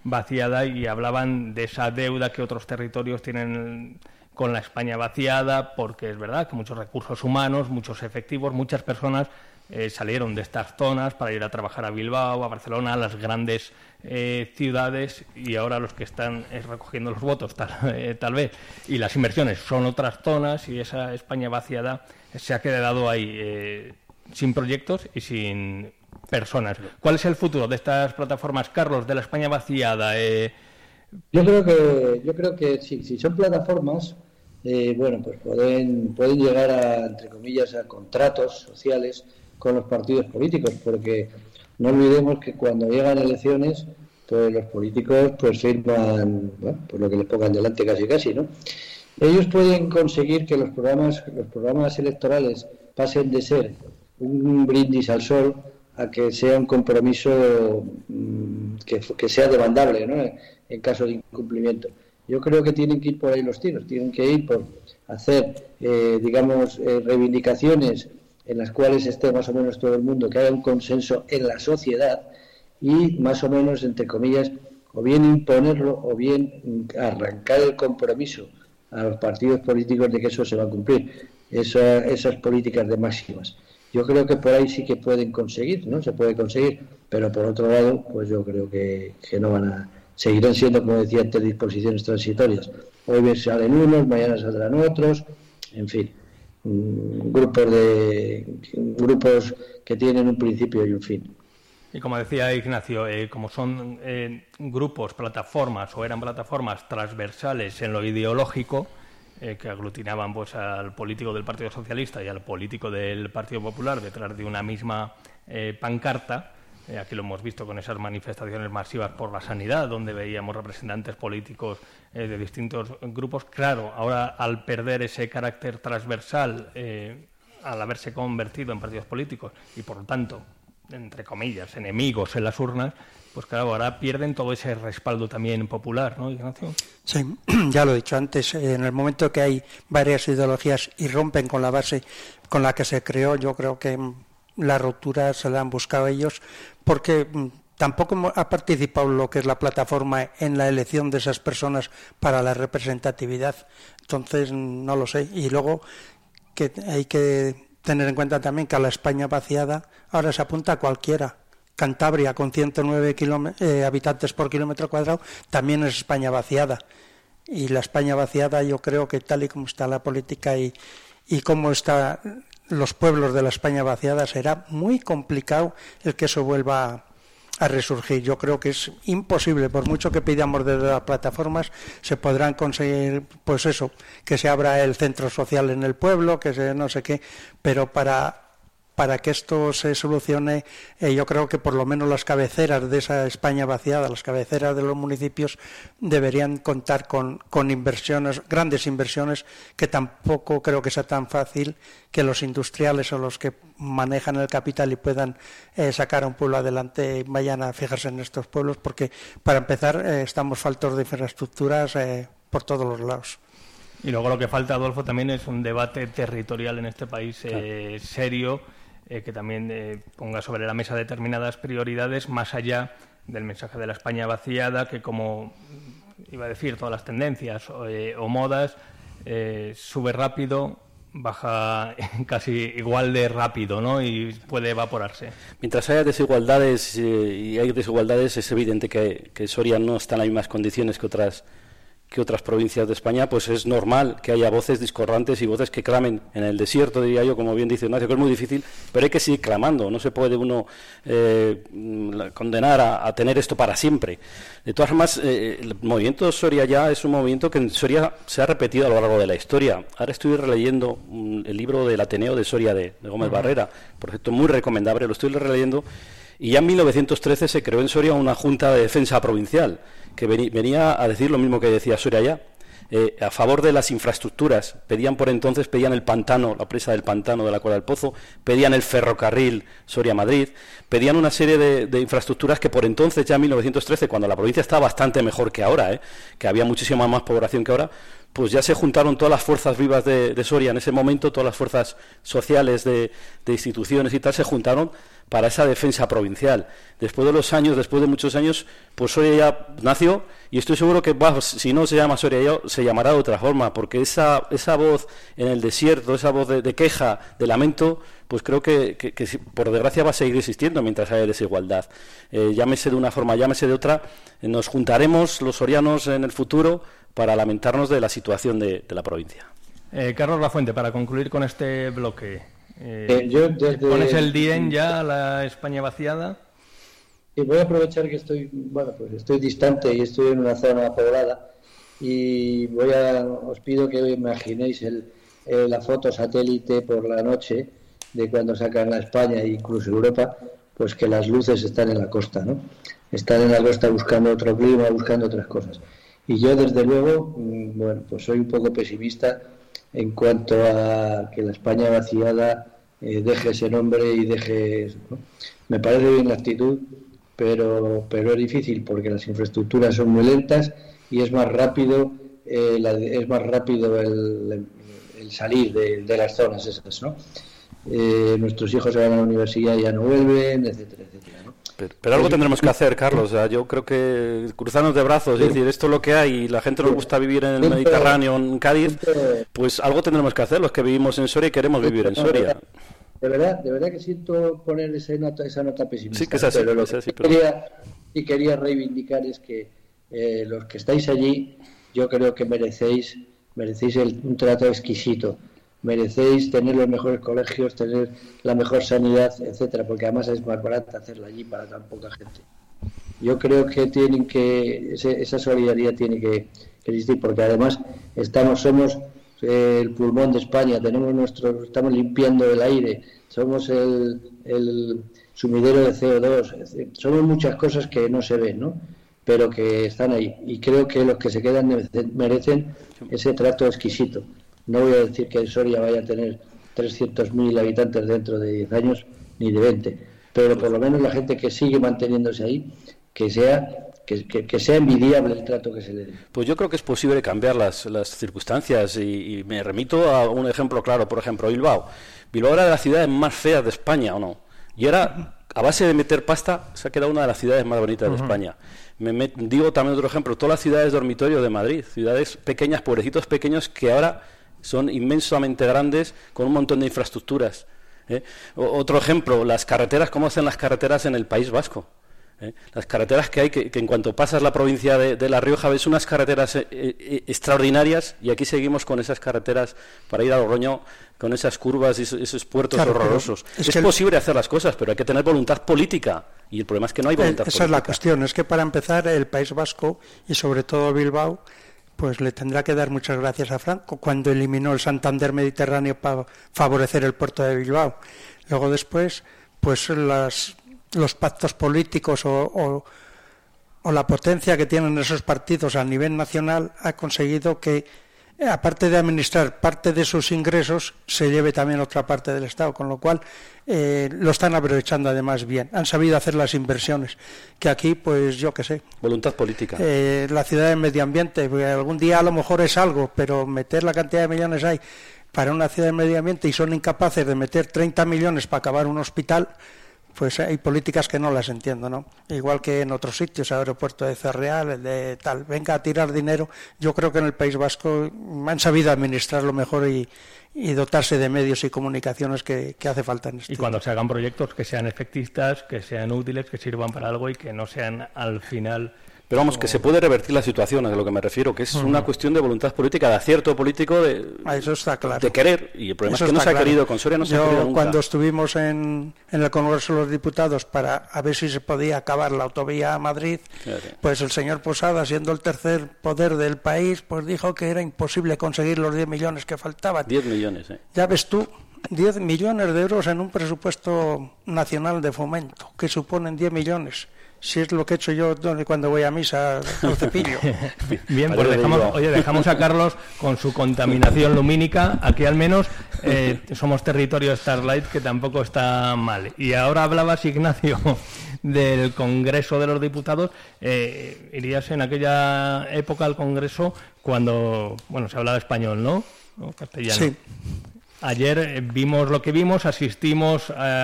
C: vaciada, y hablaban de esa deuda que otros territorios tienen con la España vaciada, porque es verdad que muchos recursos humanos, muchos efectivos, muchas personas salieron de estas zonas para ir a trabajar a Bilbao, a Barcelona, a las grandes ciudades, y ahora los que están recogiendo los votos tal vez, y las inversiones son otras zonas, y esa España vaciada se ha quedado ahí sin proyectos y sin personas. ¿Cuál es el futuro de estas plataformas, Carlos, de la España vaciada?
F: Yo creo que si son plataformas, pues pueden llegar a, entre comillas, a contratos sociales con los partidos políticos, porque no olvidemos que cuando llegan elecciones, pues los políticos pues firman, pues lo que les pongan delante casi, ¿no? Ellos pueden conseguir que los programas electorales pasen de ser un brindis al sol a que sea un compromiso que sea demandable, ¿no?, en caso de incumplimiento. Yo creo que tienen que ir por ahí los tiros, tienen que ir por hacer, reivindicaciones en las cuales esté más o menos todo el mundo, que haya un consenso en la sociedad, y más o menos, entre comillas, o bien imponerlo o bien arrancar el compromiso a los partidos políticos de que eso se va a cumplir, esas políticas de máximas. Yo creo que por ahí sí que pueden conseguir, ¿no? Se puede conseguir, pero por otro lado, pues yo creo que no van a... Seguirán siendo, como decía antes, disposiciones transitorias. Hoy salen unos, mañana saldrán otros, en fin, grupos que tienen un principio y un fin.
C: Y como decía Ignacio, como son grupos, plataformas, o eran plataformas transversales en lo ideológico, que aglutinaban pues al político del Partido Socialista y al político del Partido Popular detrás de una misma pancarta. Aquí lo hemos visto con esas manifestaciones masivas por la sanidad, donde veíamos representantes políticos de distintos grupos. Claro, ahora al perder ese carácter transversal, al haberse convertido en partidos políticos y por lo tanto, entre comillas, enemigos en las urnas, pues claro, ahora pierden todo ese respaldo también popular, ¿no, Ignacio?
D: Sí, ya lo he dicho antes, en el momento que hay varias ideologías y rompen con la base con la que se creó, yo creo que la ruptura se la han buscado ellos, porque tampoco ha participado lo que es la plataforma en la elección de esas personas para la representatividad. Entonces, no lo sé. Y luego que hay que tener en cuenta también que a la España vaciada ahora se apunta a cualquiera. Cantabria, con 109 habitantes por kilómetro cuadrado, también es España vaciada. Y la España vaciada, yo creo que tal y como está la política y cómo están los pueblos de la España vaciada, será muy complicado el que eso vuelva a resurgir. Yo creo que es imposible, por mucho que pidamos desde las plataformas, se podrán conseguir, pues eso, que se abra el centro social en el pueblo, que se no sé qué, pero para que esto se solucione, yo creo que por lo menos las cabeceras de esa España vaciada, las cabeceras de los municipios, deberían contar con inversiones, grandes inversiones, que tampoco creo que sea tan fácil que los industriales o los que manejan el capital y puedan sacar a un pueblo adelante vayan a fijarse en estos pueblos, porque para empezar estamos faltos de infraestructuras por todos los lados.
C: Y luego lo que falta, Adolfo, también es un debate territorial en este país serio, que también ponga sobre la mesa determinadas prioridades más allá del mensaje de la España vaciada, que, como iba a decir, todas las tendencias o modas, sube rápido, baja casi igual de rápido, ¿no?, y puede evaporarse.
E: Mientras haya desigualdades, y hay desigualdades, es evidente que Soria no está en las mismas condiciones que otras provincias de España, pues es normal que haya voces discordantes y voces que clamen en el desierto, diría yo, como bien dice Ignacio, que es muy difícil, pero hay que seguir clamando, no se puede uno condenar a tener esto para siempre. De todas formas, el movimiento Soria Ya es un movimiento que en Soria se ha repetido a lo largo de la historia. Ahora estoy releyendo el libro del Ateneo de Soria de Gómez Barrera, por cierto, muy recomendable, lo estoy releyendo. Y ya en 1913 se creó en Soria una Junta de Defensa Provincial, que venía a decir lo mismo que decía Soria Ya, a favor de las infraestructuras. Pedían el pantano, la presa del pantano de la Cueva del Pozo, pedían el ferrocarril Soria-Madrid, pedían una serie de infraestructuras que por entonces, ya en 1913, cuando la provincia estaba bastante mejor que ahora, que había muchísima más población que ahora, pues ya se juntaron todas las fuerzas vivas de Soria en ese momento, todas las fuerzas sociales de instituciones y tal, se juntaron para esa defensa provincial. Después de muchos años, pues Soria ya nació, y estoy seguro que si no se llama Soria ya, se llamará de otra forma, porque esa voz en el desierto, esa voz de queja, de lamento, pues creo que por desgracia va a seguir existiendo mientras haya desigualdad. Llámese de una forma, llámese de otra, nos juntaremos los sorianos en el futuro para lamentarnos de la situación de la provincia.
C: Carlos Lafuente, para concluir con este bloque,
F: ¿pones
C: el DIEN ya a la España vaciada?
F: Y voy a aprovechar que estoy distante y estoy en una zona poblada, y os pido que imaginéis la foto satélite por la noche de cuando sacan la España e incluso Europa, pues que las luces están en la costa, ¿no? Están en la costa buscando otro clima, buscando otras cosas. Y yo, desde luego, pues soy un poco pesimista en cuanto a que la España vaciada deje ese nombre y deje eso, ¿no? Me parece bien la actitud, pero es difícil porque las infraestructuras son muy lentas y es más rápido el salir de las zonas esas, ¿no? Nuestros hijos se van a la universidad y ya no vuelven, etcétera, etcétera, ¿no?
E: Pero algo tendremos que hacer, Carlos. O sea, yo creo que cruzarnos de brazos, es decir, esto es lo que hay, y la gente nos gusta vivir en el Mediterráneo, en Cádiz, pues algo tendremos que hacer los que vivimos en Soria y queremos vivir en Soria.
F: De verdad que siento poner esa nota pesimista.
E: Sí, que es así.
F: Pero lo que quería reivindicar es que los que estáis allí, yo creo que merecéis un trato exquisito. Merecéis tener los mejores colegios, tener la mejor sanidad, etcétera, porque además es más barata hacerla allí para tan poca gente. Yo creo que esa solidaridad tiene que existir, porque además somos el pulmón de España, estamos limpiando el aire, somos el sumidero de CO2, es decir, somos muchas cosas que no se ven, ¿no? Pero que están ahí, y creo que los que se quedan merecen ese trato exquisito. No voy a decir que Soria vaya a tener 300.000 habitantes dentro de 10 años, ni de 20, pero por lo menos la gente que sigue manteniéndose ahí, que sea envidiable el trato que se le dé.
E: Pues yo creo que es posible cambiar las circunstancias, y me remito a un ejemplo claro, por ejemplo, Bilbao. Bilbao era de las ciudades más feas de España, ¿o no? Y ahora, a base de meter pasta, se ha quedado una de las ciudades más bonitas de España. Digo también otro ejemplo, todas las ciudades dormitorio de Madrid, ciudades pequeñas, pueblecitos pequeños que ahora son inmensamente grandes, con un montón de infraestructuras. Otro ejemplo, las carreteras, ¿cómo hacen las carreteras en el País Vasco? Las carreteras que hay, que en cuanto pasas la provincia de La Rioja ves unas carreteras extraordinarias, y aquí seguimos con esas carreteras para ir a Logroño, con esas curvas y esos puertos horrorosos. Es posible hacer las cosas, pero hay que tener voluntad política, y el problema es que no hay voluntad política.
D: Esa es la cuestión, es que para empezar el País Vasco, y sobre todo Bilbao, pues le tendrá que dar muchas gracias a Franco cuando eliminó el Santander Mediterráneo para favorecer el puerto de Bilbao. Luego después, pues los pactos políticos o la potencia que tienen esos partidos a nivel nacional ha conseguido que, aparte de administrar parte de sus ingresos, se lleve también otra parte del Estado, con lo cual lo están aprovechando además bien. Han sabido hacer las inversiones, que aquí, pues yo qué sé.
E: Voluntad política.
D: La ciudad de medio ambiente, algún día a lo mejor es algo, pero meter la cantidad de millones hay para una ciudad de medio ambiente y son incapaces de meter 30 millones para acabar un hospital, pues hay políticas que no las entiendo, ¿no? Igual que en otros sitios, el aeropuerto de Cerreal, el de tal, venga a tirar dinero. Yo creo que en el País Vasco han sabido administrarlo mejor y dotarse de medios y comunicaciones que hace falta en esto.
C: Y cuando se hagan proyectos que sean efectistas, que sean útiles, que sirvan para algo y que no sean al final...
E: Pero vamos, que se puede revertir la situación, a lo que me refiero, que es una cuestión de voluntad política, de acierto político,
D: eso está claro.
E: De querer, y el problema es que no se ha querido, con Soria no se ha querido nunca.
D: Cuando estuvimos en el Congreso de los Diputados para a ver si se podía acabar la autovía a Madrid, pues el señor Posada, siendo el tercer poder del país, pues dijo que era imposible conseguir los 10 millones que faltaban.
E: 10 millones,
D: Ya ves tú, 10 millones de euros en un presupuesto nacional de fomento, que suponen 10 millones. Si es lo que he hecho yo cuando voy a misa al cepillo.
C: Bien, pues dejamos a Carlos con su contaminación lumínica. Aquí al menos somos territorio Starlight, que tampoco está mal. Y ahora hablabas, Ignacio, del Congreso de los Diputados. Irías en aquella época al Congreso cuando, se hablaba español, ¿no? ¿O castellano?
D: Sí.
C: Ayer vimos lo que vimos, asistimos a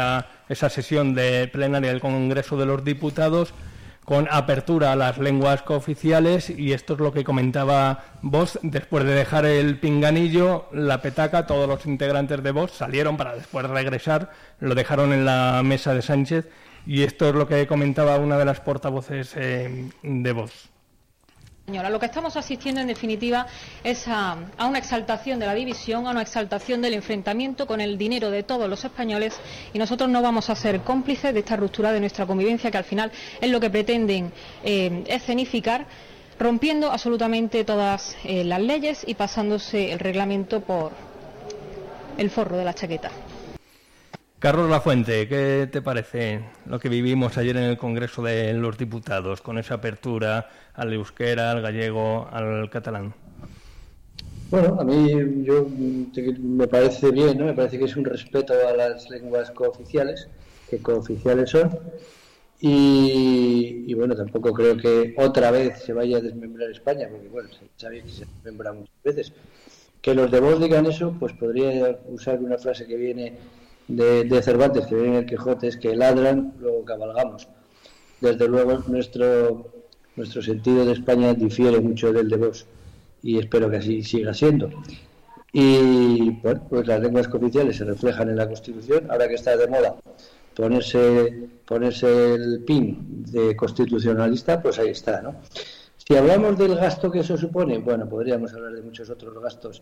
C: esa sesión de plenaria del Congreso de los Diputados con apertura a las lenguas cooficiales, y esto es lo que comentaba Vox. Después de dejar el pinganillo, la petaca, todos los integrantes de Vox salieron para después regresar, lo dejaron en la mesa de Sánchez, y esto es lo que comentaba una de las portavoces de Vox.
L: Lo que estamos asistiendo, en definitiva, es a una exaltación de la división, a una exaltación del enfrentamiento con el dinero de todos los españoles, y nosotros no vamos a ser cómplices de esta ruptura de nuestra convivencia, que al final es lo que pretenden escenificar, rompiendo absolutamente todas las leyes y pasándose el reglamento por el forro de la chaqueta.
C: Carlos Lafuente, ¿qué te parece lo que vivimos ayer en el Congreso de los Diputados, con esa apertura al euskera, al gallego, al catalán?
F: Bueno, a mí me parece bien, ¿no? Me parece que es un respeto a las lenguas cooficiales, que cooficiales son, y bueno, tampoco creo que otra vez se vaya a desmembrar España, porque bueno, se sabe que se desmembra muchas veces. Que los de Vox digan eso, pues podría usar una frase que viene de Cervantes, que viene en el Quijote, es que ladran, luego cabalgamos. Desde luego nuestro sentido de España difiere mucho del de Vox, y espero que así siga siendo. Y bueno, pues las lenguas cooficiales se reflejan en la Constitución. Ahora que está de moda ponerse el pin de constitucionalista, pues ahí está, ¿no? Si hablamos del gasto que eso supone, bueno, podríamos hablar de muchos otros gastos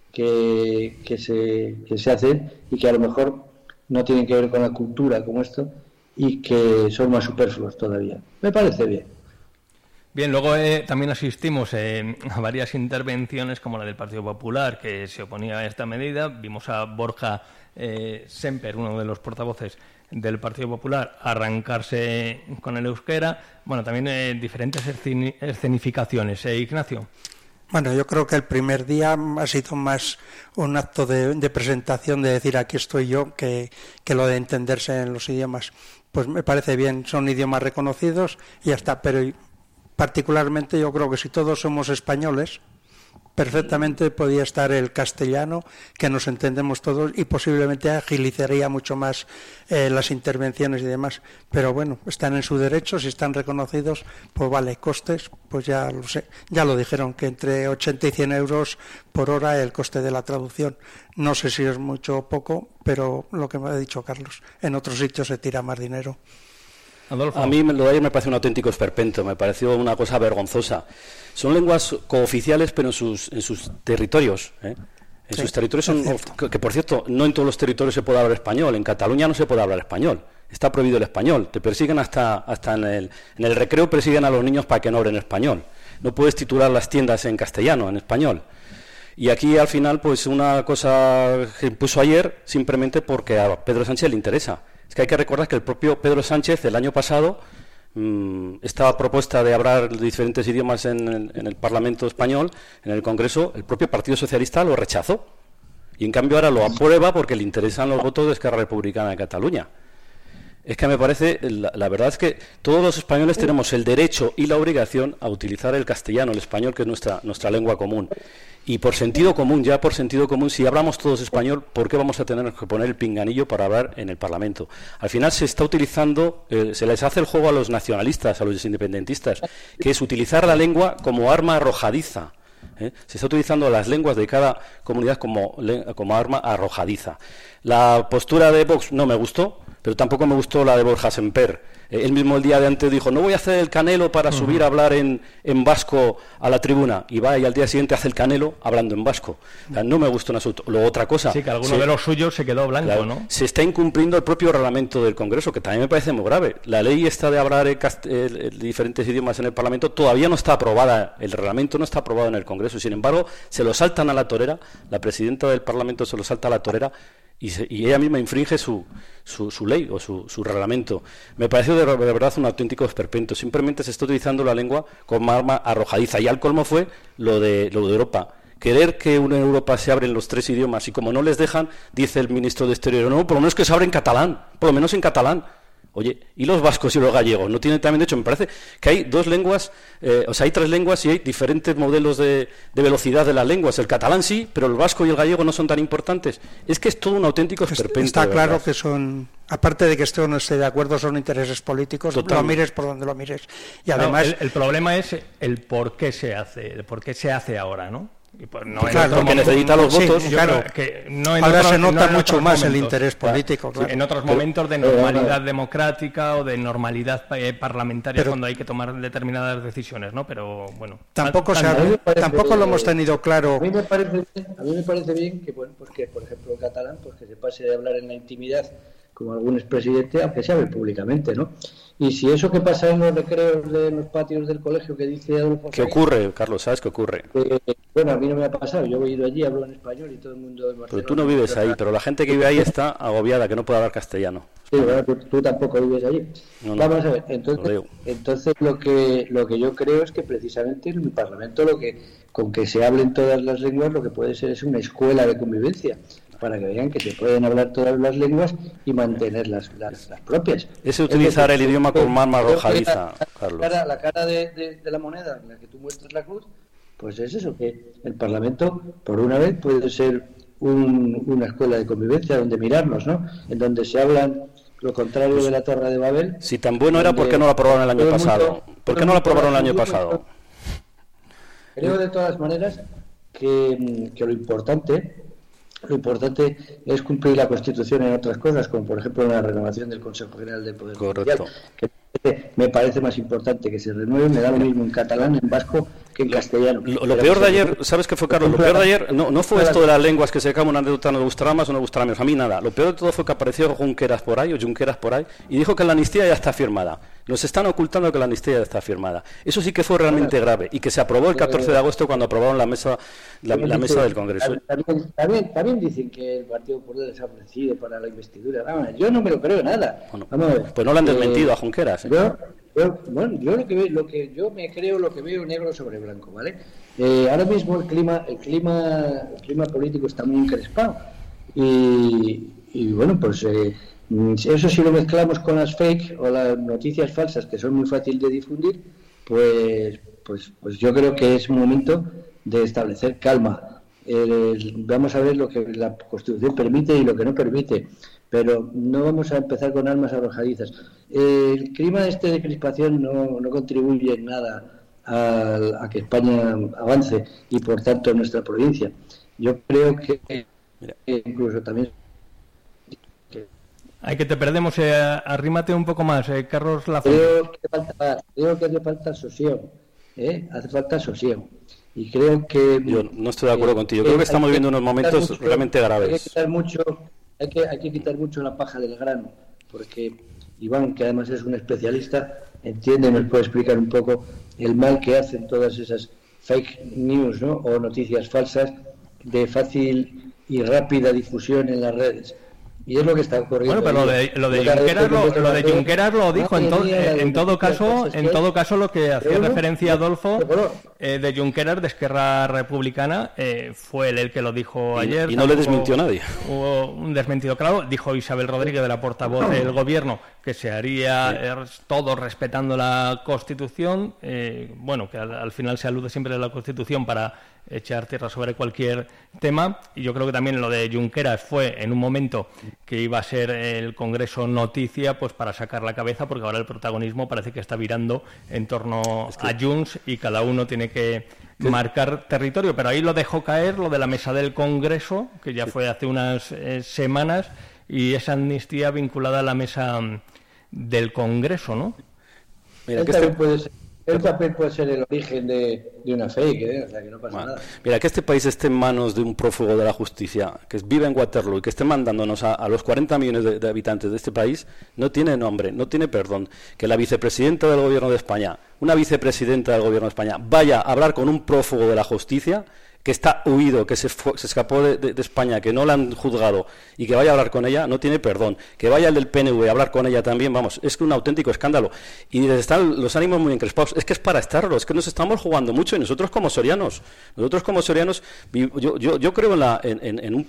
F: que se hacen y que a lo mejor no tienen que ver con la cultura como esto, y que son más superfluos todavía. Me parece bien.
C: Bien, luego también asistimos a varias intervenciones, como la del Partido Popular, que se oponía a esta medida. Vimos a Borja Semper, uno de los portavoces del Partido Popular, arrancarse con el euskera. Bueno, también diferentes escenificaciones. Ignacio.
D: Bueno, yo creo que el primer día ha sido más un acto de presentación, de decir aquí estoy yo, que lo de entenderse en los idiomas. Pues me parece bien, son idiomas reconocidos y ya está, pero particularmente yo creo que si todos somos españoles, perfectamente podía estar el castellano, que nos entendemos todos, y posiblemente agilizaría mucho más las intervenciones y demás. Pero bueno, están en su derecho, si están reconocidos, pues vale. Costes, pues ya lo sé, ya lo dijeron, que entre 80 y 100 euros por hora el coste de la traducción. No sé si es mucho o poco, pero lo que me ha dicho Carlos, en otros sitios se tira más dinero.
C: Adolfo.
E: A mí lo de ayer me pareció un auténtico esperpento, me pareció una cosa vergonzosa. Son lenguas cooficiales, pero en sus territorios. En sus territorios son, que por cierto, no en todos los territorios se puede hablar español. En Cataluña no se puede hablar español. Está prohibido el español. Te persiguen hasta en el recreo, persiguen a los niños para que no hablen español. No puedes titular las tiendas en castellano, en español. Y aquí al final, pues una cosa que puso ayer, simplemente porque a Pedro Sánchez le interesa. Es que hay que recordar que el propio Pedro Sánchez el año pasado, esta propuesta de hablar diferentes idiomas en el Parlamento español, en el Congreso, el propio Partido Socialista lo rechazó. Y en cambio ahora lo aprueba porque le interesan los votos de Esquerra Republicana de Cataluña. Es que me parece, la verdad es que todos los españoles tenemos el derecho y la obligación a utilizar el castellano, el español, que es nuestra lengua común. Y por sentido común, si hablamos todos español, ¿por qué vamos a tener que poner el pinganillo para hablar en el Parlamento? Al final se está utilizando, se les hace el juego a los nacionalistas, a los independentistas, que es utilizar la lengua como arma arrojadiza. Se está utilizando las lenguas de cada comunidad como arma arrojadiza. La postura de Vox no me gustó, pero tampoco me gustó la de Borja Semper. Él mismo el día de antes dijo, no voy a hacer el Canelo para subir a hablar en vasco a la tribuna, y va y al día siguiente hace el Canelo hablando en vasco. O sea, no me gustó en absoluto. Luego otra cosa.
C: Sí, que alguno de los suyos se quedó blanco, claro, ¿no?
E: Se está incumpliendo el propio reglamento del Congreso, que también me parece muy grave. La ley esta de hablar diferentes idiomas en el Parlamento todavía no está aprobada, el reglamento no está aprobado en el Congreso, sin embargo, se lo saltan a la torera, la presidenta del Parlamento se lo salta a la torera, y ella misma infringe su ley o su reglamento. Me pareció de verdad un auténtico esperpento. Simplemente se está utilizando la lengua como arma arrojadiza, y al colmo fue lo de Europa. Querer que en Europa se abren los tres idiomas, y como no les dejan, dice el ministro de Exteriores, no, por lo menos que se abre en catalán, por lo menos en catalán. Oye, ¿y los vascos y los gallegos? ¿No tienen también? De hecho, me parece que hay dos lenguas, hay 3 lenguas y hay diferentes modelos de velocidad de las lenguas. El catalán sí, pero el vasco y el gallego no son tan importantes. Es que es todo un auténtico esperpento.
D: Está claro que son, aparte de que esté o no esté de acuerdo, son intereses políticos, lo mires por donde lo mires. Y además...
C: el problema es el por qué se hace ahora, ¿no? Y pues no,
E: claro, porque necesita los votos.
D: Sí, claro,
C: que no
D: ahora se nota mucho más el interés político.
C: Claro. En otros momentos de normalidad democrática o de normalidad parlamentaria, cuando hay que tomar determinadas decisiones, ¿no? Pero bueno.
D: Tampoco lo hemos tenido claro.
F: A mí me parece bien que, bueno, pues que por ejemplo el catalán, pues que se pase de hablar en la intimidad como algún expresidente, aunque se hable públicamente, ¿no? Y si eso que pasa en los recreos de los patios del colegio que dice Adolfo...
E: ¿Qué ocurre, Carlos? ¿Sabes qué ocurre?
F: Bueno, a mí no me ha pasado. Yo he ido allí, hablo en español y todo el mundo...
E: Pero tú no vives ahí, pero la gente que vive ahí está agobiada, que no puede hablar castellano.
F: Sí, bueno, tú tampoco vives allí. No, vamos a ver, entonces lo que yo creo es que precisamente en el Parlamento con que se hablen todas las lenguas, lo que puede ser es una escuela de convivencia, para que vean que se pueden hablar todas las lenguas y mantener las propias.
E: Es utilizar el idioma como arma arrojadiza, Carlos.
F: La cara de la moneda en la que tú muestras la cruz, pues es eso, que el Parlamento, por una vez, puede ser una escuela de convivencia donde mirarnos, ¿no? En donde se hablan lo contrario de la Torre de Babel.
E: Si tan bueno era, ¿por qué no lo aprobaron el año pasado? ¿Por qué no lo aprobaron el año pasado?
F: Creo de todas maneras que lo importante es cumplir la Constitución en otras cosas, como por ejemplo la renovación del Consejo General del Poder Judicial, que me parece más importante que se renueve. Me da lo mismo en catalán, en vasco, que en castellano.
E: Lo peor de ayer, ¿sabes qué fue, Carlos? Lo peor de ayer no fue esto de las lenguas que se cae una anécdota, no le gustará más o no le gustará menos. A mí nada. Lo peor de todo fue que apareció Junqueras por ahí y dijo que la amnistía ya está firmada. Nos están ocultando que la amnistía ya está firmada. Eso sí que fue realmente grave y que se aprobó el 14 de agosto cuando aprobaron la mesa del Congreso.
F: También dicen que el Partido Popular les ha ofrecido para la investidura. Yo no me lo creo nada.
E: Bueno, pues no le han desmentido a Junqueras.
F: Yo lo que yo me creo, lo que veo negro sobre blanco, ¿vale? Ahora mismo el clima político está muy encrespado y bueno, pues eso si lo mezclamos con las fake o las noticias falsas que son muy fáciles de difundir, pues yo creo que es un momento de establecer calma. Vamos a ver lo que la Constitución permite y lo que no permite, pero no vamos a empezar con armas arrojadizas. El clima de crispación no contribuye en nada a que España avance y por tanto nuestra provincia. Yo creo que incluso también...
C: Hay que te perdemos, arrímate un poco más, Carlos Lafont.
F: Creo que hace falta sosiego, hace falta sosiego. Y creo que...
E: Yo no estoy de acuerdo contigo, creo que estamos viviendo unos momentos realmente graves.
F: Hay que quitar mucho la paja del grano, porque Iván, que además es un especialista, entiende y nos puede explicar un poco el mal que hacen todas esas fake news, ¿no? O noticias falsas de fácil y rápida difusión en las redes. Y es lo que está ocurriendo.
C: Bueno, pero lo de Junqueras lo dijo. En todo caso, lo que hacía referencia Adolfo de Junqueras, de Esquerra Republicana, fue el que lo dijo ayer.
E: Y no le desmintió nadie.
C: Hubo un desmentido claro. Dijo Isabel Rodríguez, de la portavoz del Gobierno, que se haría todo respetando la Constitución. Bueno, que al final se alude siempre a la Constitución para echar tierra sobre cualquier tema, y yo creo que también lo de Junqueras fue en un momento que iba a ser el Congreso noticia, pues para sacar la cabeza, porque ahora el protagonismo parece que está virando en torno a Junts y cada uno tiene que marcar territorio, pero ahí lo dejó caer lo de la mesa del Congreso, que ya fue hace unas semanas, y esa amnistía vinculada a la mesa del Congreso, ¿no?
F: Mira, el papel puede ser el origen de una fake, o sea que no pasa nada.
E: Mira, que este país esté en manos de un prófugo de la justicia, que vive en Waterloo y que esté mandándonos a los 40 millones de habitantes de este país, no tiene nombre, no tiene perdón. Que la vicepresidenta del Gobierno de España, una vicepresidenta del Gobierno de España, vaya a hablar con un prófugo de la justicia que está huido, que se escapó de España, que no la han juzgado, y que vaya a hablar con ella, no tiene perdón. Que vaya el del PNV a hablar con ella también, vamos, es un auténtico escándalo. Y están los ánimos muy encrespados. Es que es para estarlo, es que nos estamos jugando mucho, y nosotros como sorianos, yo creo en un país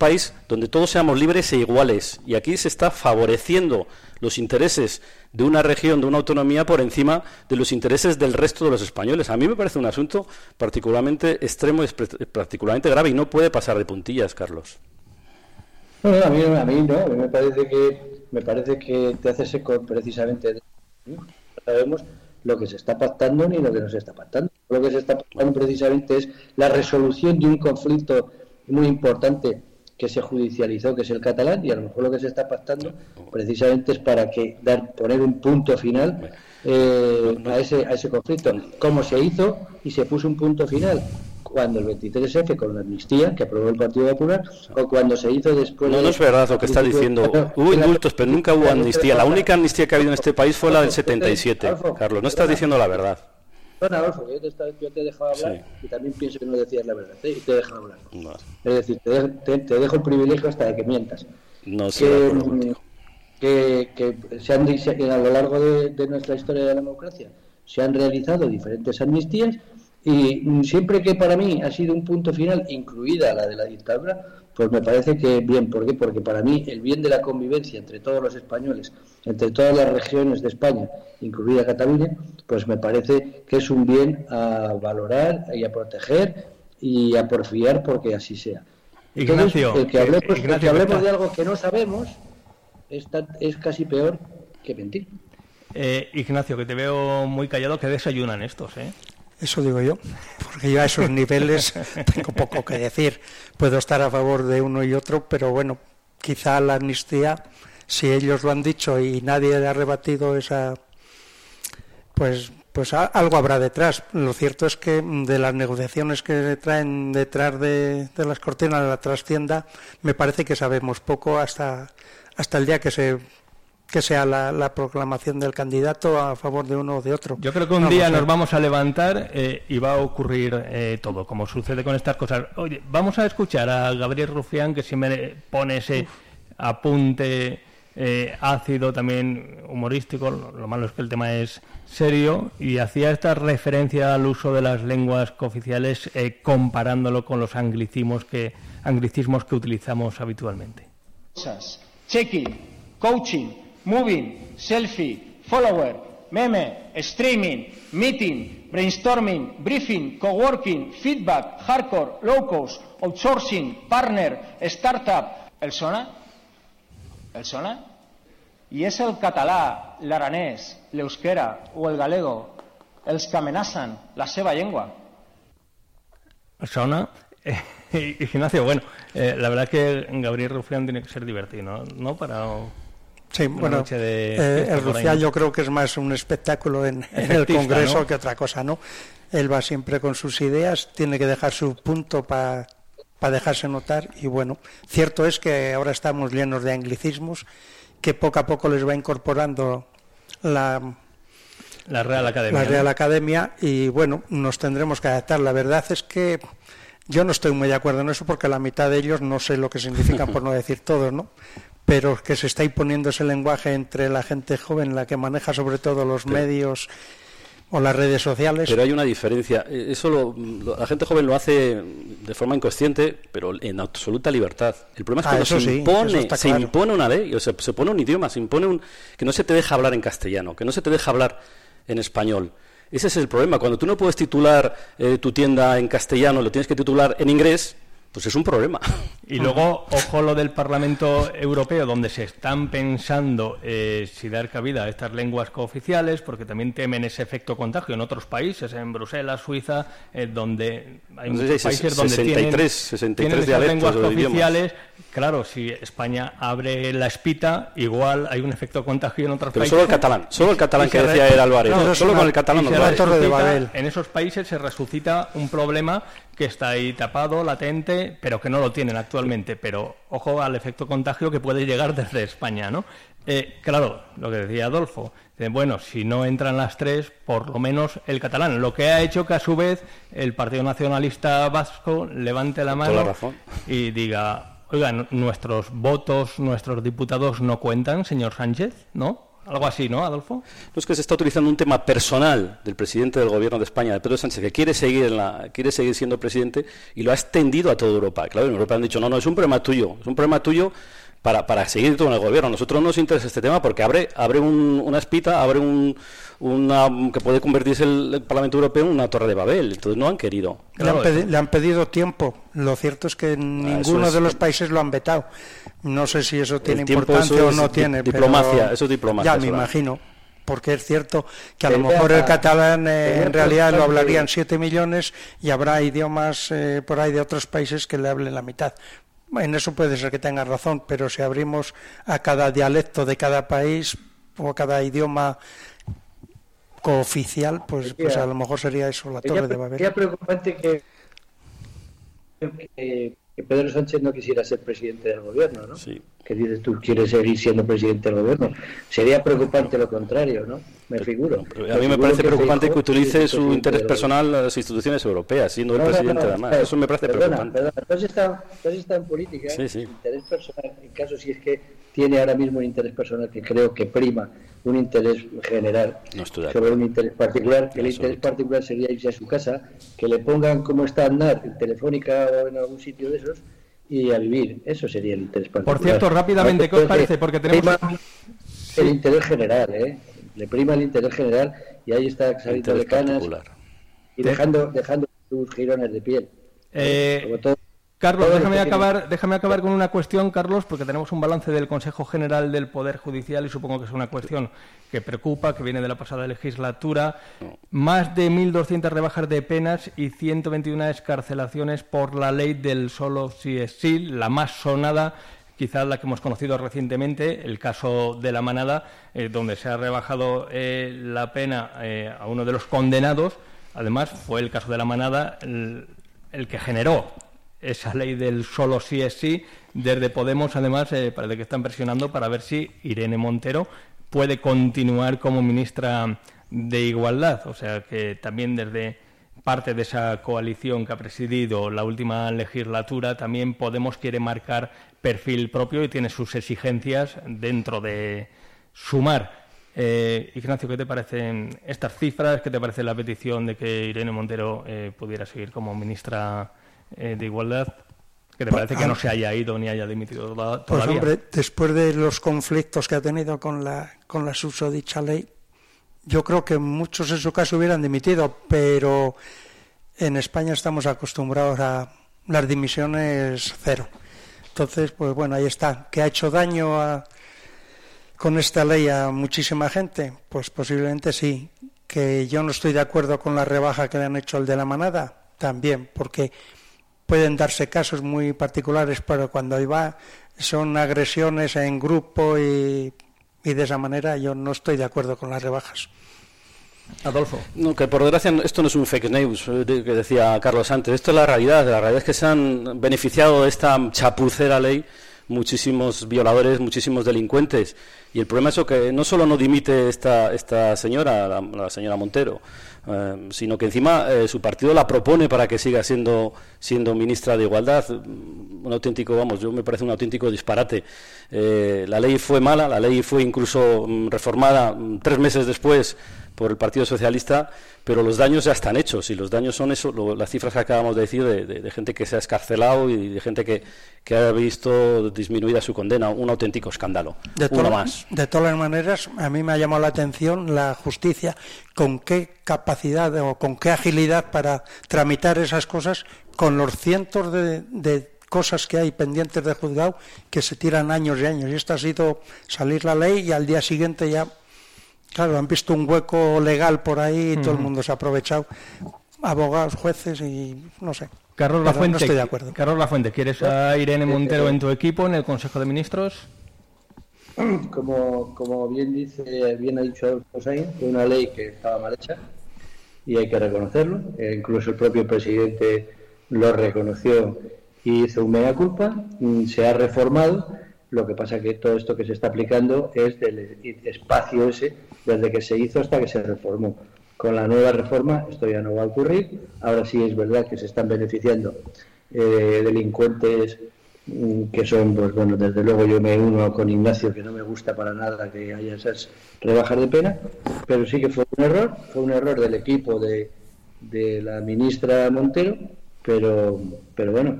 E: donde todos seamos libres e iguales. Y aquí se está favoreciendo los intereses de una región, de una autonomía, por encima de los intereses del resto de los españoles. A mí me parece un asunto particularmente extremo y particularmente grave, y no puede pasar de puntillas, Carlos.
F: No, a mí no. A mí me parece que te haces eco precisamente de... No sabemos lo que se está pactando ni lo que no se está pactando. Lo que se está pactando precisamente es la resolución de un conflicto muy importante que se judicializó, que es el catalán, y a lo mejor lo que se está pactando precisamente es para poner un punto final a ese conflicto, como se hizo y se puso un punto final cuando el 23F con la amnistía que aprobó el Partido Popular, o cuando se hizo después...
E: No es verdad lo que estás diciendo. Hubo indultos, pero nunca hubo amnistía. La única amnistía que ha habido en este país fue la del 77, Carlos. No estás diciendo la verdad.
F: Bueno, Adolfo, yo te he dejado hablar, sí. Y también pienso que no decías la verdad, y te he dejado hablar. No. Es decir, te dejo el privilegio hasta de que mientas.
E: No sé de acuerdo contigo.
F: Que a lo largo de nuestra historia de la democracia se han realizado diferentes amnistías, y siempre que para mí ha sido un punto final, incluida la de la dictadura, pues me parece que bien. ¿Por qué? Porque para mí el bien de la convivencia entre todos los españoles, entre todas las regiones de España, incluida Cataluña, pues me parece que es un bien a valorar y a proteger y a porfiar porque así sea.
C: Ignacio,
F: entonces, el que hablemos de algo que no sabemos es casi peor que mentir.
C: Ignacio, que te veo muy callado, que desayunan estos, ¿eh?
D: Eso digo yo, porque yo a esos niveles tengo poco que decir. Puedo estar a favor de uno y otro, pero bueno, quizá la amnistía, si ellos lo han dicho y nadie ha rebatido esa, pues algo habrá detrás. Lo cierto es que de las negociaciones que traen detrás de las cortinas de la trastienda, me parece que sabemos poco hasta el día que sea la proclamación del candidato a favor de uno o de otro.
C: Yo creo que un día nos vamos a levantar y va a ocurrir todo, como sucede con estas cosas. Oye, vamos a escuchar a Gabriel Rufián, que siempre pone ese apunte ácido, también humorístico. Lo malo es que el tema es serio, y hacía esta referencia al uso de las lenguas cooficiales comparándolo con los anglicismos que utilizamos habitualmente.
M: Checking, coaching, moving, selfie, follower, meme, streaming, meeting, brainstorming, briefing, coworking, feedback, hardcore, low cost, outsourcing, partner, startup. ¿El sona? ¿El sona? I és el català, l'aranès, l'euskera o el galego els que amenacen la seva llengua.
C: ¿Sona? Ignacio, bueno, la verdad que Gabriel Rufián tiene que ser divertido, ¿no? Para...
D: Sí, bueno, el Rufián yo creo que es más un espectáculo en el Congreso, ¿no?, que otra cosa, ¿no? Él va siempre con sus ideas, tiene que dejar su punto para dejarse notar, y bueno, cierto es que ahora estamos llenos de anglicismos que poco a poco les va incorporando la
C: Real Academia.
D: La Real Academia, y bueno, nos tendremos que adaptar. La verdad es que yo no estoy muy de acuerdo en eso, porque la mitad de ellos no sé lo que significan, por no decir todos, ¿no? Pero que se está imponiendo ese lenguaje entre la gente joven, la que maneja sobre todo los medios o las redes sociales.
E: Pero hay una diferencia. Eso la gente joven lo hace de forma inconsciente, pero en absoluta libertad. El problema es cuando se impone una ley, o sea, se pone un idioma, se impone que no se te deja hablar en castellano, que no se te deja hablar en español. Ese es el problema. Cuando tú no puedes titular tu tienda en castellano, lo tienes que titular en inglés, pues es un problema.
C: Y luego, ojo lo del Parlamento Europeo, donde se están pensando si dar cabida a estas lenguas cooficiales, porque también temen ese efecto contagio en otros países, en Bruselas, Suiza, donde hay muchos países donde
E: 63
C: tienen esas lenguas cooficiales. Claro, si España abre la espita, igual hay un efecto contagio en otros países.
E: Pero solo el catalán que decía era Álvarez. No, solo con el catalán no vale.
C: En esos países se resucita un problema que está ahí tapado, latente, pero que no lo tienen actualmente. Pero ojo al efecto contagio que puede llegar desde España, ¿no? Claro, lo que decía Adolfo, bueno, si no entran las tres, por lo menos el catalán. Lo que ha hecho que a su vez el Partido Nacionalista Vasco levante la mano y diga: oigan, nuestros votos, nuestros diputados no cuentan, señor Sánchez, ¿no? Algo así, ¿no, Adolfo?
E: No, es que se está utilizando un tema personal del presidente del Gobierno de España, de Pedro Sánchez, que quiere seguir siendo presidente, y lo ha extendido a toda Europa. Claro, en Europa han dicho, no, es un problema tuyo para seguir todo en el Gobierno. A nosotros no nos interesa este tema porque abre una espita, abre una que puede convertirse el Parlamento Europeo en una torre de Babel. Entonces no han querido.
D: Le han pedido tiempo. Lo cierto es que ninguno de los países lo han vetado. No sé si eso tiene importancia o no tiene.
E: Diplomacia,
D: pero
E: eso es diplomacia.
D: Ya me imagino. Porque es cierto que a lo mejor el catalán en realidad lo hablarían 7 millones y habrá idiomas por ahí de otros países que le hablen la mitad. En eso puede ser que tenga razón, pero si abrimos a cada dialecto de cada país o a cada idioma cooficial, pues a lo mejor sería eso, la torre de Babel.
F: Sería preocupante que Pedro Sánchez no quisiera ser presidente del gobierno, ¿no?
E: Sí.
F: Que dices tú, quieres seguir siendo presidente del gobierno. Sería preocupante lo contrario, ¿no? Me figuro.
E: A mí me parece preocupante que utilice su interés personal a las instituciones europeas, siendo el presidente además. Eso me parece preocupante.
F: Perdona. Tú has estado en política,
E: sí.
F: Interés personal, en caso si es que tiene ahora mismo un interés personal que creo que prima un interés general sobre un interés particular, que el interés particular sería irse a su casa, que le pongan como está Aznar en Telefónica o en algún sitio de esos y a vivir. Eso sería el interés particular.
C: Por cierto, rápidamente, ¿qué os parece? Porque tenemos
F: el interés general, le prima el interés general y ahí está saliendo de canas y dejando sus jirones de piel. Como todo.
C: Carlos, déjame acabar con una cuestión, Carlos, porque tenemos un balance del Consejo General del Poder Judicial y supongo que es una cuestión que preocupa, que viene de la pasada legislatura. Más de 1.200 rebajas de penas y 121 excarcelaciones por la ley del solo sí es sí, la más sonada, quizás la que hemos conocido recientemente, el caso de La Manada, donde se ha rebajado la pena a uno de los condenados. Además, fue el caso de La Manada el que generó esa ley del solo sí es sí. Desde Podemos, además, parece que están presionando para ver si Irene Montero puede continuar como ministra de Igualdad. O sea que también desde parte de esa coalición que ha presidido la última legislatura, también Podemos quiere marcar perfil propio y tiene sus exigencias dentro de Sumar. Ignacio, ¿qué te parecen estas cifras? ¿Qué te parece la petición de que Irene Montero pudiera seguir como ministra de Igualdad? ¿Qué te parece que no se haya ido ni haya dimitido todavía?
D: Pues hombre, después de los conflictos que ha tenido con la susodicha ley, yo creo que muchos en su caso hubieran dimitido, pero en España estamos acostumbrados a las dimisiones cero. Entonces, pues bueno, ahí está. ¿Que ha hecho daño con esta ley a muchísima gente? Pues posiblemente sí. ¿Que yo no estoy de acuerdo con la rebaja que le han hecho al de La Manada? También, porque pueden darse casos muy particulares, pero cuando ahí son agresiones en grupo y de esa manera yo no estoy de acuerdo con las rebajas.
C: Adolfo.
E: No, que por desgracia esto no es un fake news que decía Carlos antes, esto es la realidad. La realidad es que se han beneficiado de esta chapucera ley muchísimos violadores, muchísimos delincuentes, y el problema es que no solo no dimite esta señora, la señora Montero, sino que encima su partido la propone para que siga siendo ministra de Igualdad. Un auténtico, yo me parece un auténtico disparate. La ley fue mala, la ley fue incluso reformada 3 meses después por el Partido Socialista, pero los daños ya están hechos, y los daños son eso, las cifras que acabamos de decir de gente que se ha escarcelado y de gente que ha visto disminuida su condena. Un auténtico escándalo. De
D: todas maneras, a mí me ha llamado la atención la justicia, con qué capacidad o con qué agilidad para tramitar esas cosas, con los cientos de cosas que hay pendientes de juzgado que se tiran años y años. Y esto ha sido salir la ley y al día siguiente ya... Claro, han visto un hueco legal por ahí y todo el mundo se ha aprovechado, abogados, jueces y no sé.
C: Carlos Lafuente,
D: no estoy de acuerdo.
C: Carlos Lafuente, ¿quieres a Irene Montero en tu equipo en el Consejo de Ministros?
F: Como bien ha dicho José, fue una ley que estaba mal hecha y hay que reconocerlo. Incluso el propio presidente lo reconoció y hizo un mea culpa. Se ha reformado. Lo que pasa que todo esto que se está aplicando es del espacio ese, desde que se hizo hasta que se reformó. Con la nueva reforma esto ya no va a ocurrir. Ahora sí es verdad que se están beneficiando delincuentes que son, pues bueno, desde luego yo me uno con Ignacio, que no me gusta para nada que haya esas rebajas de pena, pero sí que fue un error del equipo de la ministra Montero, pero bueno,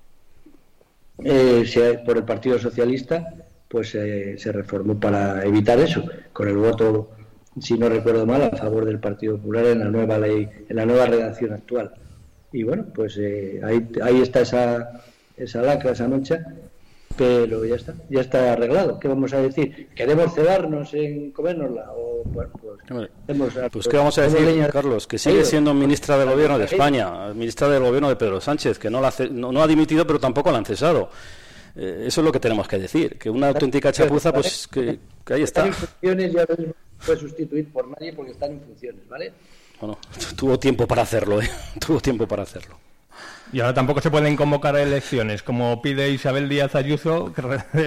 F: por el Partido Socialista pues se reformó para evitar eso, con el voto, si no recuerdo mal, a favor del Partido Popular en la nueva ley, en la nueva redacción actual. Y bueno, pues ahí está esa lacra, esa mancha, pero ya está arreglado. ¿Qué vamos a decir? ¿Queremos cebarnos en comérnosla? O bueno,
E: pues ¿qué vamos a decir, Carlos? Que sigue siendo ministra del Gobierno de España, ministra del Gobierno de Pedro Sánchez, que no ha dimitido, pero tampoco la han cesado. Eso es lo que tenemos que decir, que una auténtica chapuza, pues que ahí está.
F: Están en funciones, ya no se puede sustituir por nadie porque están en funciones, ¿vale?
E: Bueno, tuvo tiempo para hacerlo, tuvo tiempo para hacerlo.
C: Y ahora tampoco se pueden convocar elecciones, como pide Isabel Díaz Ayuso, que